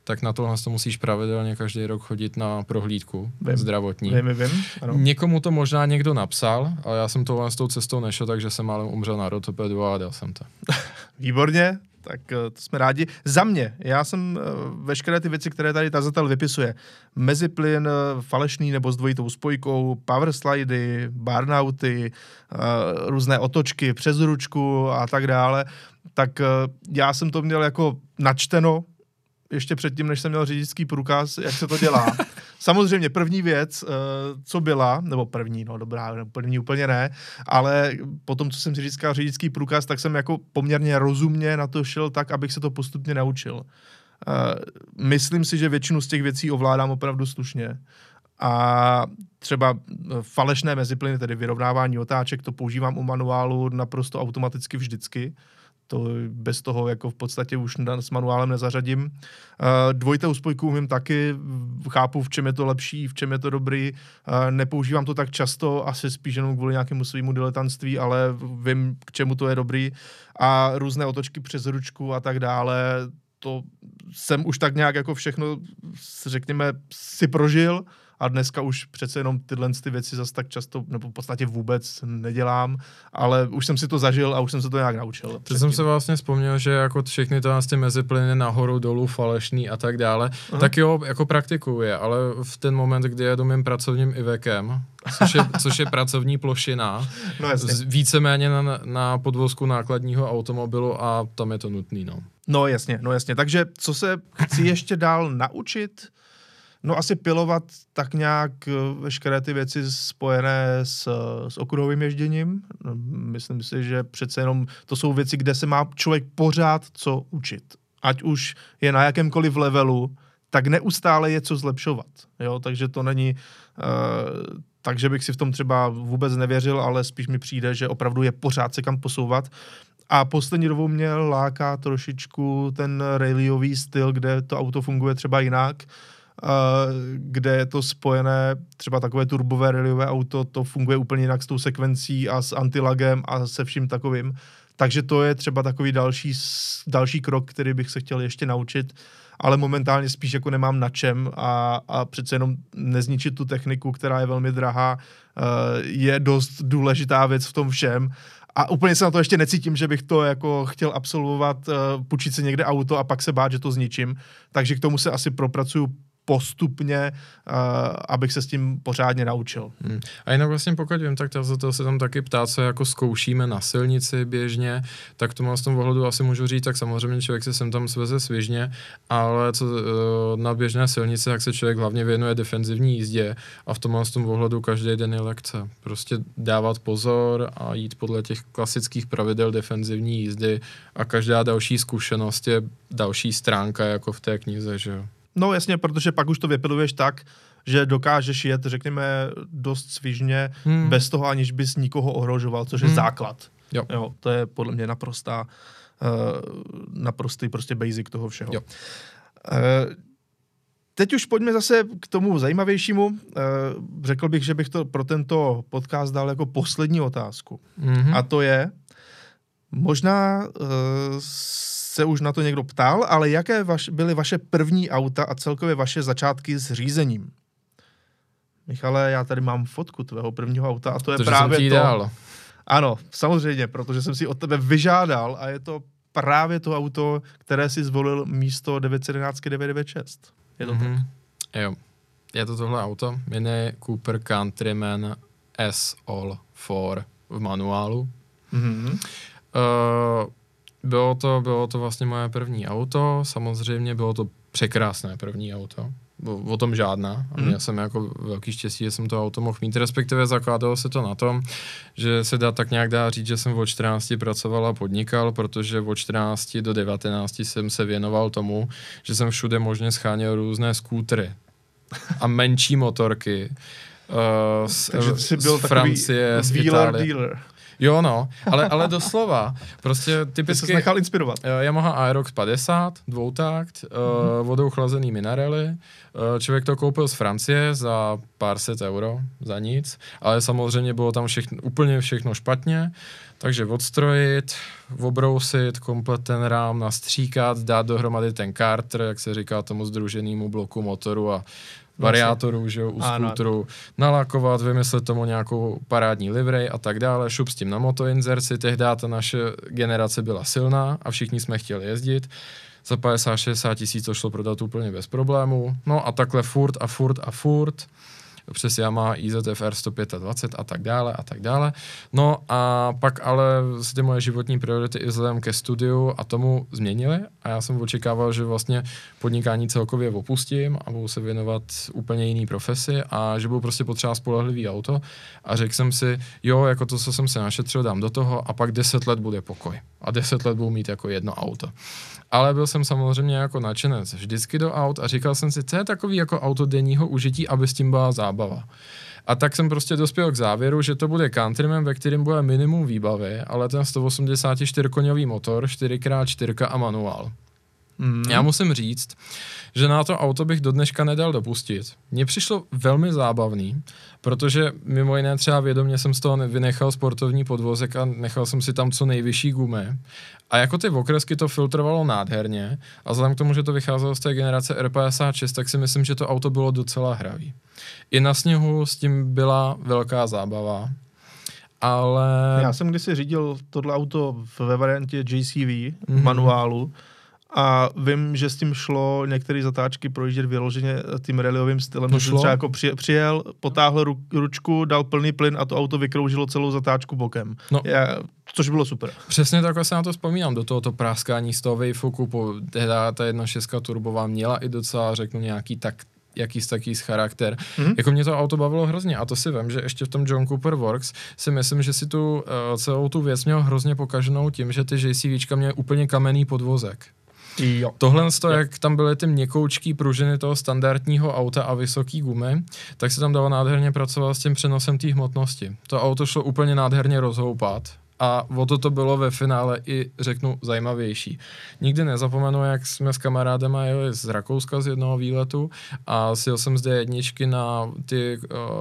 tak na tohle to musíš pravidelně každý rok chodit na prohlídku zdravotní. Vím, ano. Někomu to možná někdo napsal, ale já jsem tohle s tou cestou nešel, takže jsem málem umřel na ortopedu a dal jsem to. Výborně, tak to jsme rádi. Za mě, já jsem veškeré ty věci, které tady tazatel vypisuje, meziplyn falešný nebo s dvojitou spojkou, power slidy, burnouty, různé otočky přes ručku a tak dále, tak já jsem to měl jako načteno ještě předtím, než jsem měl řidičský průkaz, jak se to dělá. Samozřejmě první věc, co byla, nebo první, no dobrá, první úplně ne, ale potom, co jsem si získal řidičský průkaz, tak jsem jako poměrně rozumně na to šel tak, abych se to postupně naučil. Myslím si, že většinu z těch věcí ovládám opravdu slušně. A třeba falešné meziplyny, tedy vyrovnávání otáček, to používám u manuálu naprosto automaticky vždycky. To bez toho jako v podstatě už s manuálem nezařadím. Dvojitou spojku umím taky, chápu, v čem je to lepší, v čem je to dobrý. Nepoužívám to tak často, asi spíš jenom kvůli nějakému svému diletantství, ale vím, k čemu to je dobrý. A různé otočky přes ručku a tak dále, to jsem už tak nějak jako všechno, řekněme, si prožil. A dneska už přece jenom tyhle ty věci zase tak často, nebo v podstatě vůbec nedělám, ale už jsem si to zažil a už jsem se to nějak naučil. Teď jsem se vlastně vzpomněl, že jako všechny ty meziplyny nahoru, dolů, falešný a tak dále, tak jo, jako praktikuje, ale v ten moment, kdy jedu mým pracovním IVEKem, což je pracovní plošina, no víceméně na podvozku nákladního automobilu a tam je to nutný, no. No jasně. Takže co se chci ještě dál naučit? No asi pilovat tak nějak veškeré ty věci spojené s okruhovým ježděním. Myslím si, že přece jenom to jsou věci, kde se má člověk pořád co učit. Ať už je na jakémkoliv levelu, tak neustále je co zlepšovat. Jo? Takže to není... takže bych si v tom třeba vůbec nevěřil, ale spíš mi přijde, že opravdu je pořád se kam posouvat. A poslední dobou mě láká trošičku ten rallyový styl, kde to auto funguje třeba jinak, kde je to spojené, třeba takové turbové rallyové auto, to funguje úplně jinak s tou sekvencí a s antilagem a se vším takovým. Takže to je třeba takový další krok, který bych se chtěl ještě naučit, ale momentálně spíš jako nemám na čem a přece jenom nezničit tu techniku, která je velmi drahá, je dost důležitá věc v tom všem. A úplně se na to ještě necítím, že bych to jako chtěl absolvovat, půjčit si někde auto a pak se bát, že to zničím. Takže k tomu se asi propracuju postupně, abych se s tím pořádně naučil. A jinak vlastně pokud vím, tak to se tam taky ptá, co jako zkoušíme na silnici běžně, tak tomu z tom ohledu asi můžu říct, tak samozřejmě člověk se sem tam sveze svižně, ale co na běžné silnici, jak se člověk hlavně věnuje defenzivní jízdě a v tom ohledu každý den je lekce. Prostě dávat pozor a jít podle těch klasických pravidel defenzivní jízdy a každá další zkušenost je další stránka jako v té knize, že jo. No jasně, protože pak už to vypiluješ tak, že dokážeš jet, řekněme, dost svižně, bez toho, aniž bys nikoho ohrožoval, což je základ. Jo, to je podle mě naprostý prostě basic toho všeho. Jo. Teď už pojďme zase k tomu zajímavějšímu. Řekl bych, že bych to pro tento podcast dal jako poslední otázku. A to je, možná se už na to někdo ptal, ale jaké byly vaše první auta a celkově vaše začátky s řízením? Michale, já tady mám fotku tvého prvního auta a to je právě to. Dal. Ano, samozřejmě, protože jsem si od tebe vyžádal a je to právě to auto, které si zvolil místo 911 996. Je to tak? Jo. Je to tohle auto, jmenuje Cooper Countryman S All 4 v manuálu. Bylo to vlastně moje první auto, samozřejmě bylo to překrásné první auto, o tom žádná. A měl jsem jako velký štěstí, že jsem to auto mohl mít, respektive zakládalo se to na tom, že se dá říct, že jsem od 14 pracoval a podnikal, protože od 14 do 19 jsem se věnoval tomu, že jsem všude možně scháněl různé skútry a menší motorky takže jsi byl z Francie, z Itálie. Dealer. Jo, no, ale doslova, prostě typicky... Ty jsi nechal inspirovat. Yamaha Aerox 50, dvoutakt, vodou chlazený minerely. Člověk to koupil z Francie za pár set euro, za nic, ale samozřejmě bylo tam úplně všechno špatně, takže odstrojit, obrousit, komplet ten rám, nastříkat, dát dohromady ten kartr, jak se říká tomu združenému bloku motoru a variátorů, že jo, u skútru, nalakovat, vymyslet tomu nějakou parádní livery a tak dále, šup s tím na motoinzerci, tehdy ta naše generace byla silná a všichni jsme chtěli jezdit. Za 50-60 tisíc to šlo prodat úplně bez problémů. No a takhle furt. Přes Yamaha IZFR 125 a tak dále. No a pak ale ty moje životní priority i vzhledem ke studiu a tomu změnily a já jsem očekával, že vlastně podnikání celkově opustím a budu se věnovat úplně jiný profesi a že budu prostě potřebovat spolehlivý auto a řekl jsem si, jo, jako to, co jsem se našetřil, dám do toho a pak 10 let bude pokoj a 10 let budu mít jako jedno auto. Ale byl jsem samozřejmě jako nadšenec vždycky do aut a říkal jsem si, co je takový jako auto denního užití, aby s tím byla zábava. A tak jsem prostě dospěl k závěru, že to bude Countryman, ve kterém bude minimum výbavy, ale ten 184-koňový motor, 4x4 a manuál. Já musím říct, že na to auto bych do dneška nedal dopustit. Mně přišlo velmi zábavný, protože mimo jiné třeba vědomě jsem z toho vynechal sportovní podvozek a nechal jsem si tam co nejvyšší gumy. A jako ty okresky to filtrovalo nádherně a vzhledem k tomu, že to vycházelo z té generace R56, tak si myslím, že to auto bylo docela hravý. I na sněhu s tím byla velká zábava, ale... Já jsem kdysi řídil tohle auto ve variantě JCV v manuálu a vím, že s tím šlo některé zatáčky projíždět vyloženě tím rallyovým stylem. To třeba jako přijel, potáhl ručku, dal plný plyn a to auto vykroužilo celou zatáčku bokem. No. Což bylo super. Přesně takhle se na to vzpomínám, do tohoto práskání z toho wavefuku, tehda ta 1.6 turbová měla i docela, řeknu, nějaký jakýs charakter. Jako mě to auto bavilo hrozně a to si vem, že ještě v tom John Cooper Works si myslím, že si celou tu věc měl hrozně pokaženou tím, že ty JCVčka měly úplně kamenný podvozek. Jo. Tohle, jak tam byly ty měkoučký pružiny toho standardního auta a vysoký gumy, tak se tam dalo nádherně pracovat s tím přenosem té hmotnosti. To auto šlo úplně nádherně rozhoupat a o to bylo ve finále i, řeknu, zajímavější. Nikdy nezapomenu, jak jsme s kamarádema jeli z Rakouska z jednoho výletu a sjel jsem zde jedničky na ty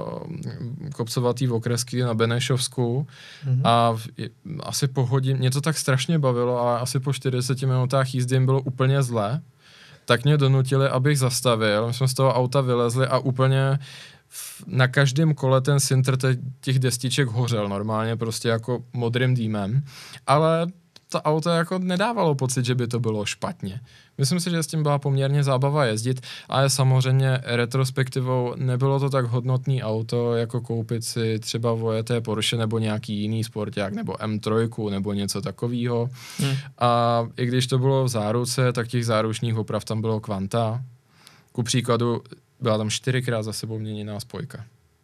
kopcovatý okresky na Benešovsku a asi po hodině, mě to tak strašně bavilo, ale asi po 40 minutách jízdy jim bylo úplně zle, tak mě donutili, abych zastavil, my jsme z toho auta vylezli a úplně na každém kole ten sintr těch destiček hořel normálně prostě jako modrým dýmem, ale to auto jako nedávalo pocit, že by to bylo špatně. Myslím si, že s tím byla poměrně zábava jezdit, ale samozřejmě retrospektivou nebylo to tak hodnotný auto, jako koupit si třeba vojeté Porsche nebo nějaký jiný sporták, nebo M3 nebo něco takového. A i když to bylo v záruce, tak těch záručních oprav tam bylo kvanta. Ku příkladu byla tam 4krát za sebou měněná spojka.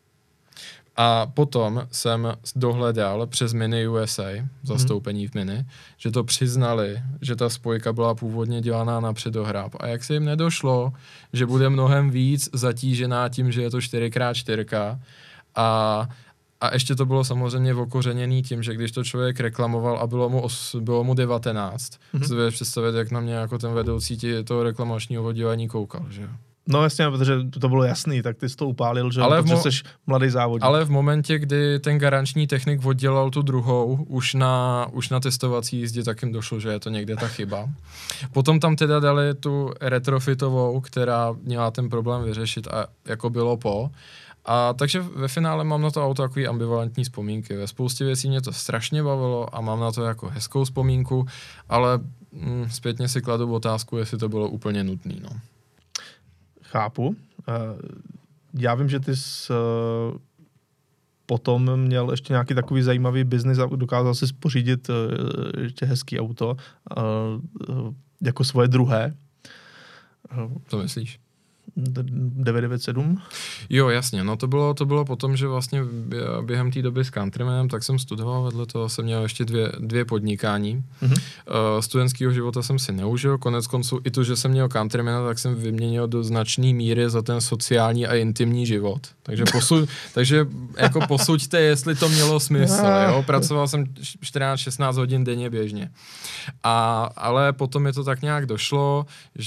A potom jsem dohledal přes Mini USA, zastoupení v Mini, že to přiznali, že ta spojka byla původně dělaná na předohráp. A jak se jim nedošlo, že bude mnohem víc zatížená tím, že je to 4x4 a ještě to bylo samozřejmě okořeněný tím, že když to člověk reklamoval a bylo mu 19, si budeš představit, jak na mě jako ten vedoucí toho reklamačního oddělení koukal, že jo. No jasně, protože to bylo jasný, tak ty jsi to upálil, že protože jsi mladý závodník. Ale v momentě, kdy ten garanční technik oddělal tu druhou, už na testovací jízdě, tak jim došlo, že je to někde ta chyba. Potom tam teda dali tu retrofitovou, která měla ten problém vyřešit a jako bylo A takže ve finále mám na to auto takový ambivalentní vzpomínky. Ve spoustě věcí mě to strašně bavilo a mám na to jako hezkou vzpomínku, ale zpětně si kladu otázku, jestli to bylo úplně nutné. No. Chápu. Já vím, že ty jsi potom měl ještě nějaký takový zajímavý biznis a dokázal si pořídit ještě hezký auto jako svoje druhé. Co myslíš? 997? Jo, jasně, no to bylo potom, že vlastně během té doby s Countrymanem, tak jsem studoval, vedle toho jsem měl ještě dvě podnikání. Studentského života jsem si neužil, konec konců i to, že jsem měl Countrymana, tak jsem vyměnil do značné míry za ten sociální a intimní život. Takže jako posuďte, jestli to mělo smysl, jo? Pracoval jsem 14-16 hodin denně běžně. Ale potom mi to tak nějak došlo,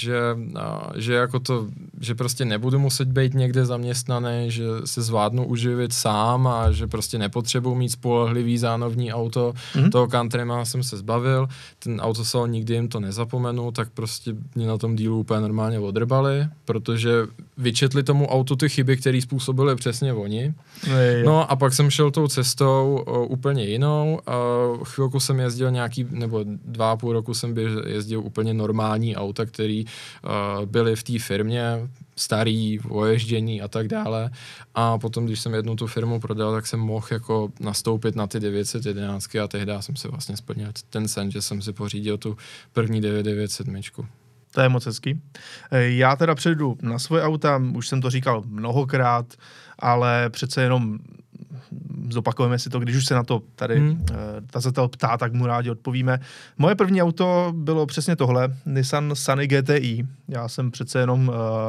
že jako to, že prostě nebudu muset být někde zaměstnaný, že se zvládnu uživit sám a že prostě nepotřebuji mít spolehlivý zánovní auto. Toho Countrymana jsem se zbavil, ten autosalon nikdy jim to nezapomenu, tak prostě mě na tom dílu úplně normálně odrbali, protože vyčetli tomu autu ty chyby, které způsobili přesně oni. No a pak jsem šel tou cestou úplně jinou. Chvilku jsem jezdil nebo 2,5 roku jsem jezdil úplně normální auta, který byly v té firmě, starý, oježdění a tak dále. A potom, když jsem jednu tu firmu prodal, tak jsem mohl jako nastoupit na ty 911 a tehdy jsem si vlastně splnil ten sen, že jsem si pořídil tu první 997. To je moc hezký. Já teda přejdu na svoje auta, už jsem to říkal mnohokrát, ale přece jenom zopakujeme si to, když už se na to tady tazatel ptá, tak mu rádi odpovíme. Moje první auto bylo přesně tohle, Nissan Sunny GTI. Já jsem přece jenom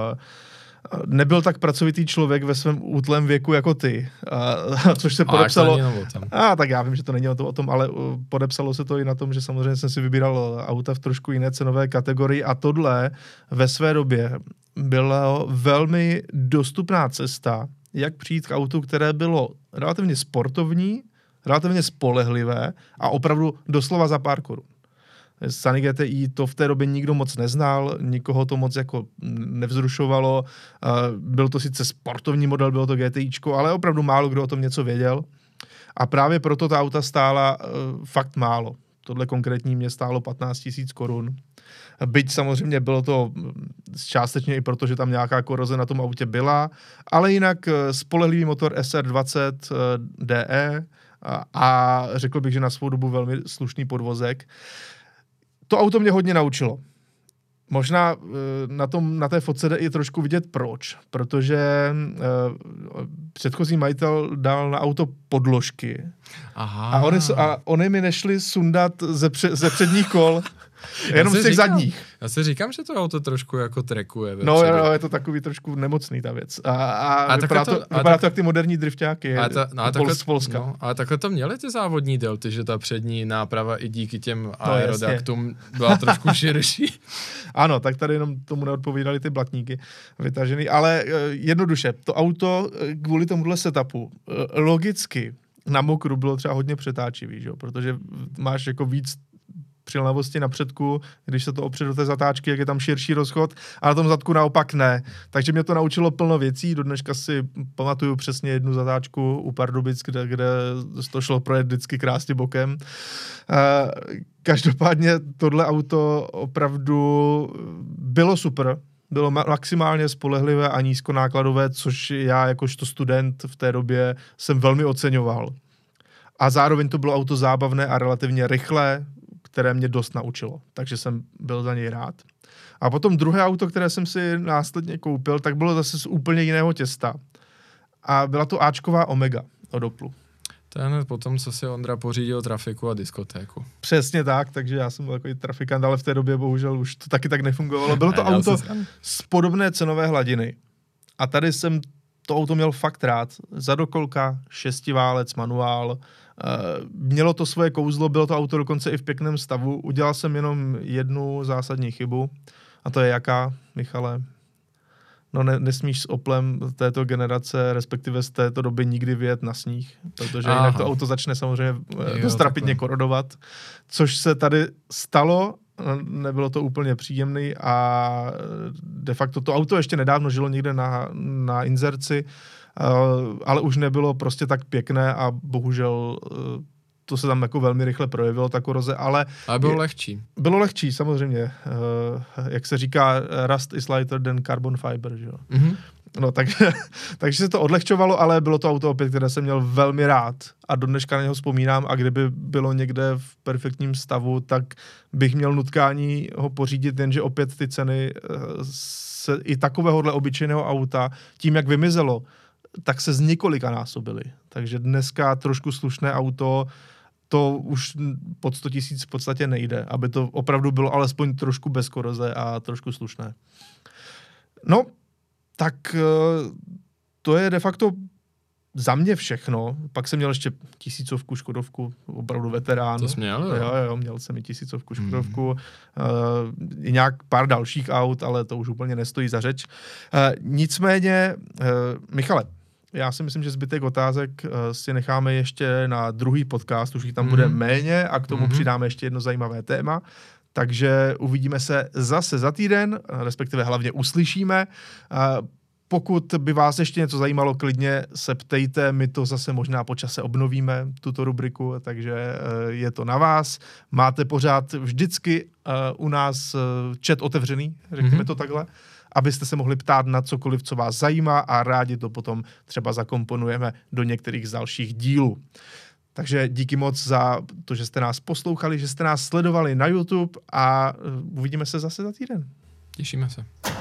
nebyl tak pracovitý člověk ve svém útlém věku jako ty, což se podepsalo. Tak já vím, že to není o tom, ale podepsalo se to i na tom, že samozřejmě jsem si vybíral auta v trošku jiné cenové kategorii a tohle ve své době byla velmi dostupná cesta, jak přijít k autu, které bylo relativně sportovní, relativně spolehlivé a opravdu doslova za pár korun. Sunny GTI to v té době nikdo moc neznal, nikoho to moc jako nevzrušovalo. Byl to sice sportovní model, bylo to GTIčko, ale opravdu málo kdo o tom něco věděl. A právě proto ta auta stála fakt málo. Tohle konkrétní mě stálo 15 000 korun. Byť samozřejmě bylo to částečně i proto, že tam nějaká koroze na tom autě byla, ale jinak spolehlivý motor SR20 DE a řekl bych, že na svou dobu velmi slušný podvozek. To auto mě hodně naučilo. Možná na té fotce jde i trošku vidět proč, protože předchozí majitel dal na auto podložky. Aha. A ony mi nešly sundat ze předních kol, jenom z těch zadních. Já si říkám, že to auto trošku jako trekuje. No, je to takový trošku nemocný ta věc. A vypadá to jak ty moderní drifťáky z Polska. No, ale takhle to měly ty závodní delty, že ta přední náprava i díky těm aerodaktům byla trošku širší. Ano, tak tady jenom tomu neodpovídali ty blatníky vytažený, ale jednoduše, to auto kvůli tomuhle setupu logicky na mokru bylo třeba hodně přetáčivý, že? Protože máš jako víc přilnavosti na předku, když se to opře do té zatáčky, jak je tam širší rozchod, a na tom zadku naopak ne. Takže mě to naučilo plno věcí, do dneška si pamatuju přesně jednu zatáčku u Pardubic, kde to šlo projet vždycky krásně bokem. Každopádně tohle auto opravdu bylo super, bylo maximálně spolehlivé a nízkonákladové, což já jakožto student v té době jsem velmi oceňoval. A zároveň to bylo auto zábavné a relativně rychlé, které mě dost naučilo, takže jsem byl za něj rád. A potom druhé auto, které jsem si následně koupil, tak bylo zase z úplně jiného těsta. A byla to Ačková Omega od Oplu. To je hned potom, co si Ondra pořídil trafiku a diskotéku. Přesně tak, takže já jsem byl takový trafikant, ale v té době bohužel už to taky tak nefungovalo. Bylo to auto z podobné cenové hladiny. A tady jsem to auto měl fakt rád. Zadokolka, 6válec, manuál. Mělo to svoje kouzlo, bylo to auto dokonce i v pěkném stavu. Udělal jsem jenom jednu zásadní chybu. A to je jaká, Michale? No nesmíš s Oplem této generace, respektive z této doby nikdy vyjet na sníh, protože jinak to auto začne samozřejmě dost rapidně korodovat. Což se tady stalo, nebylo to úplně příjemný a de facto to auto ještě nedávno žilo někde na inzerci, ale už nebylo prostě tak pěkné a bohužel to se tam jako velmi rychle projevilo, ta koroze, ale bylo lehčí. Bylo lehčí, samozřejmě. Jak se říká, rust is lighter than carbon fiber, že jo. No, takže se to odlehčovalo, ale bylo to auto opět, které jsem měl velmi rád a do dneška na něho vzpomínám a kdyby bylo někde v perfektním stavu, tak bych měl nutkání ho pořídit, jenže opět ty ceny se i takovéhohle obyčejného auta, tím, jak vymizelo, tak se z několika násobily. Takže dneska trošku slušné auto, to už pod 100 000 v podstatě nejde, aby to opravdu bylo alespoň trošku bez koroze a trošku slušné. No, tak to je de facto za mě všechno. Pak jsem měl ještě 1000 Škodovku, opravdu veterán. To jsi měl, jo? Jo, měl jsem i 1000 Škodovku. I nějak pár dalších aut, ale to už úplně nestojí za řeč. Nicméně, Michale, já si myslím, že zbytek otázek si necháme ještě na druhý podcast, už jich tam bude méně a k tomu přidáme ještě jedno zajímavé téma. Takže uvidíme se zase za týden, respektive hlavně uslyšíme. Pokud by vás ještě něco zajímalo, klidně se ptejte, my to zase možná po čase obnovíme, tuto rubriku, takže je to na vás. Máte pořád vždycky u nás chat otevřený, řekněme to takhle, abyste se mohli ptát na cokoliv, co vás zajímá a rádi to potom třeba zakomponujeme do některých z dalších dílů. Takže díky moc za to, že jste nás poslouchali, že jste nás sledovali na YouTube a uvidíme se zase za týden. Těšíme se.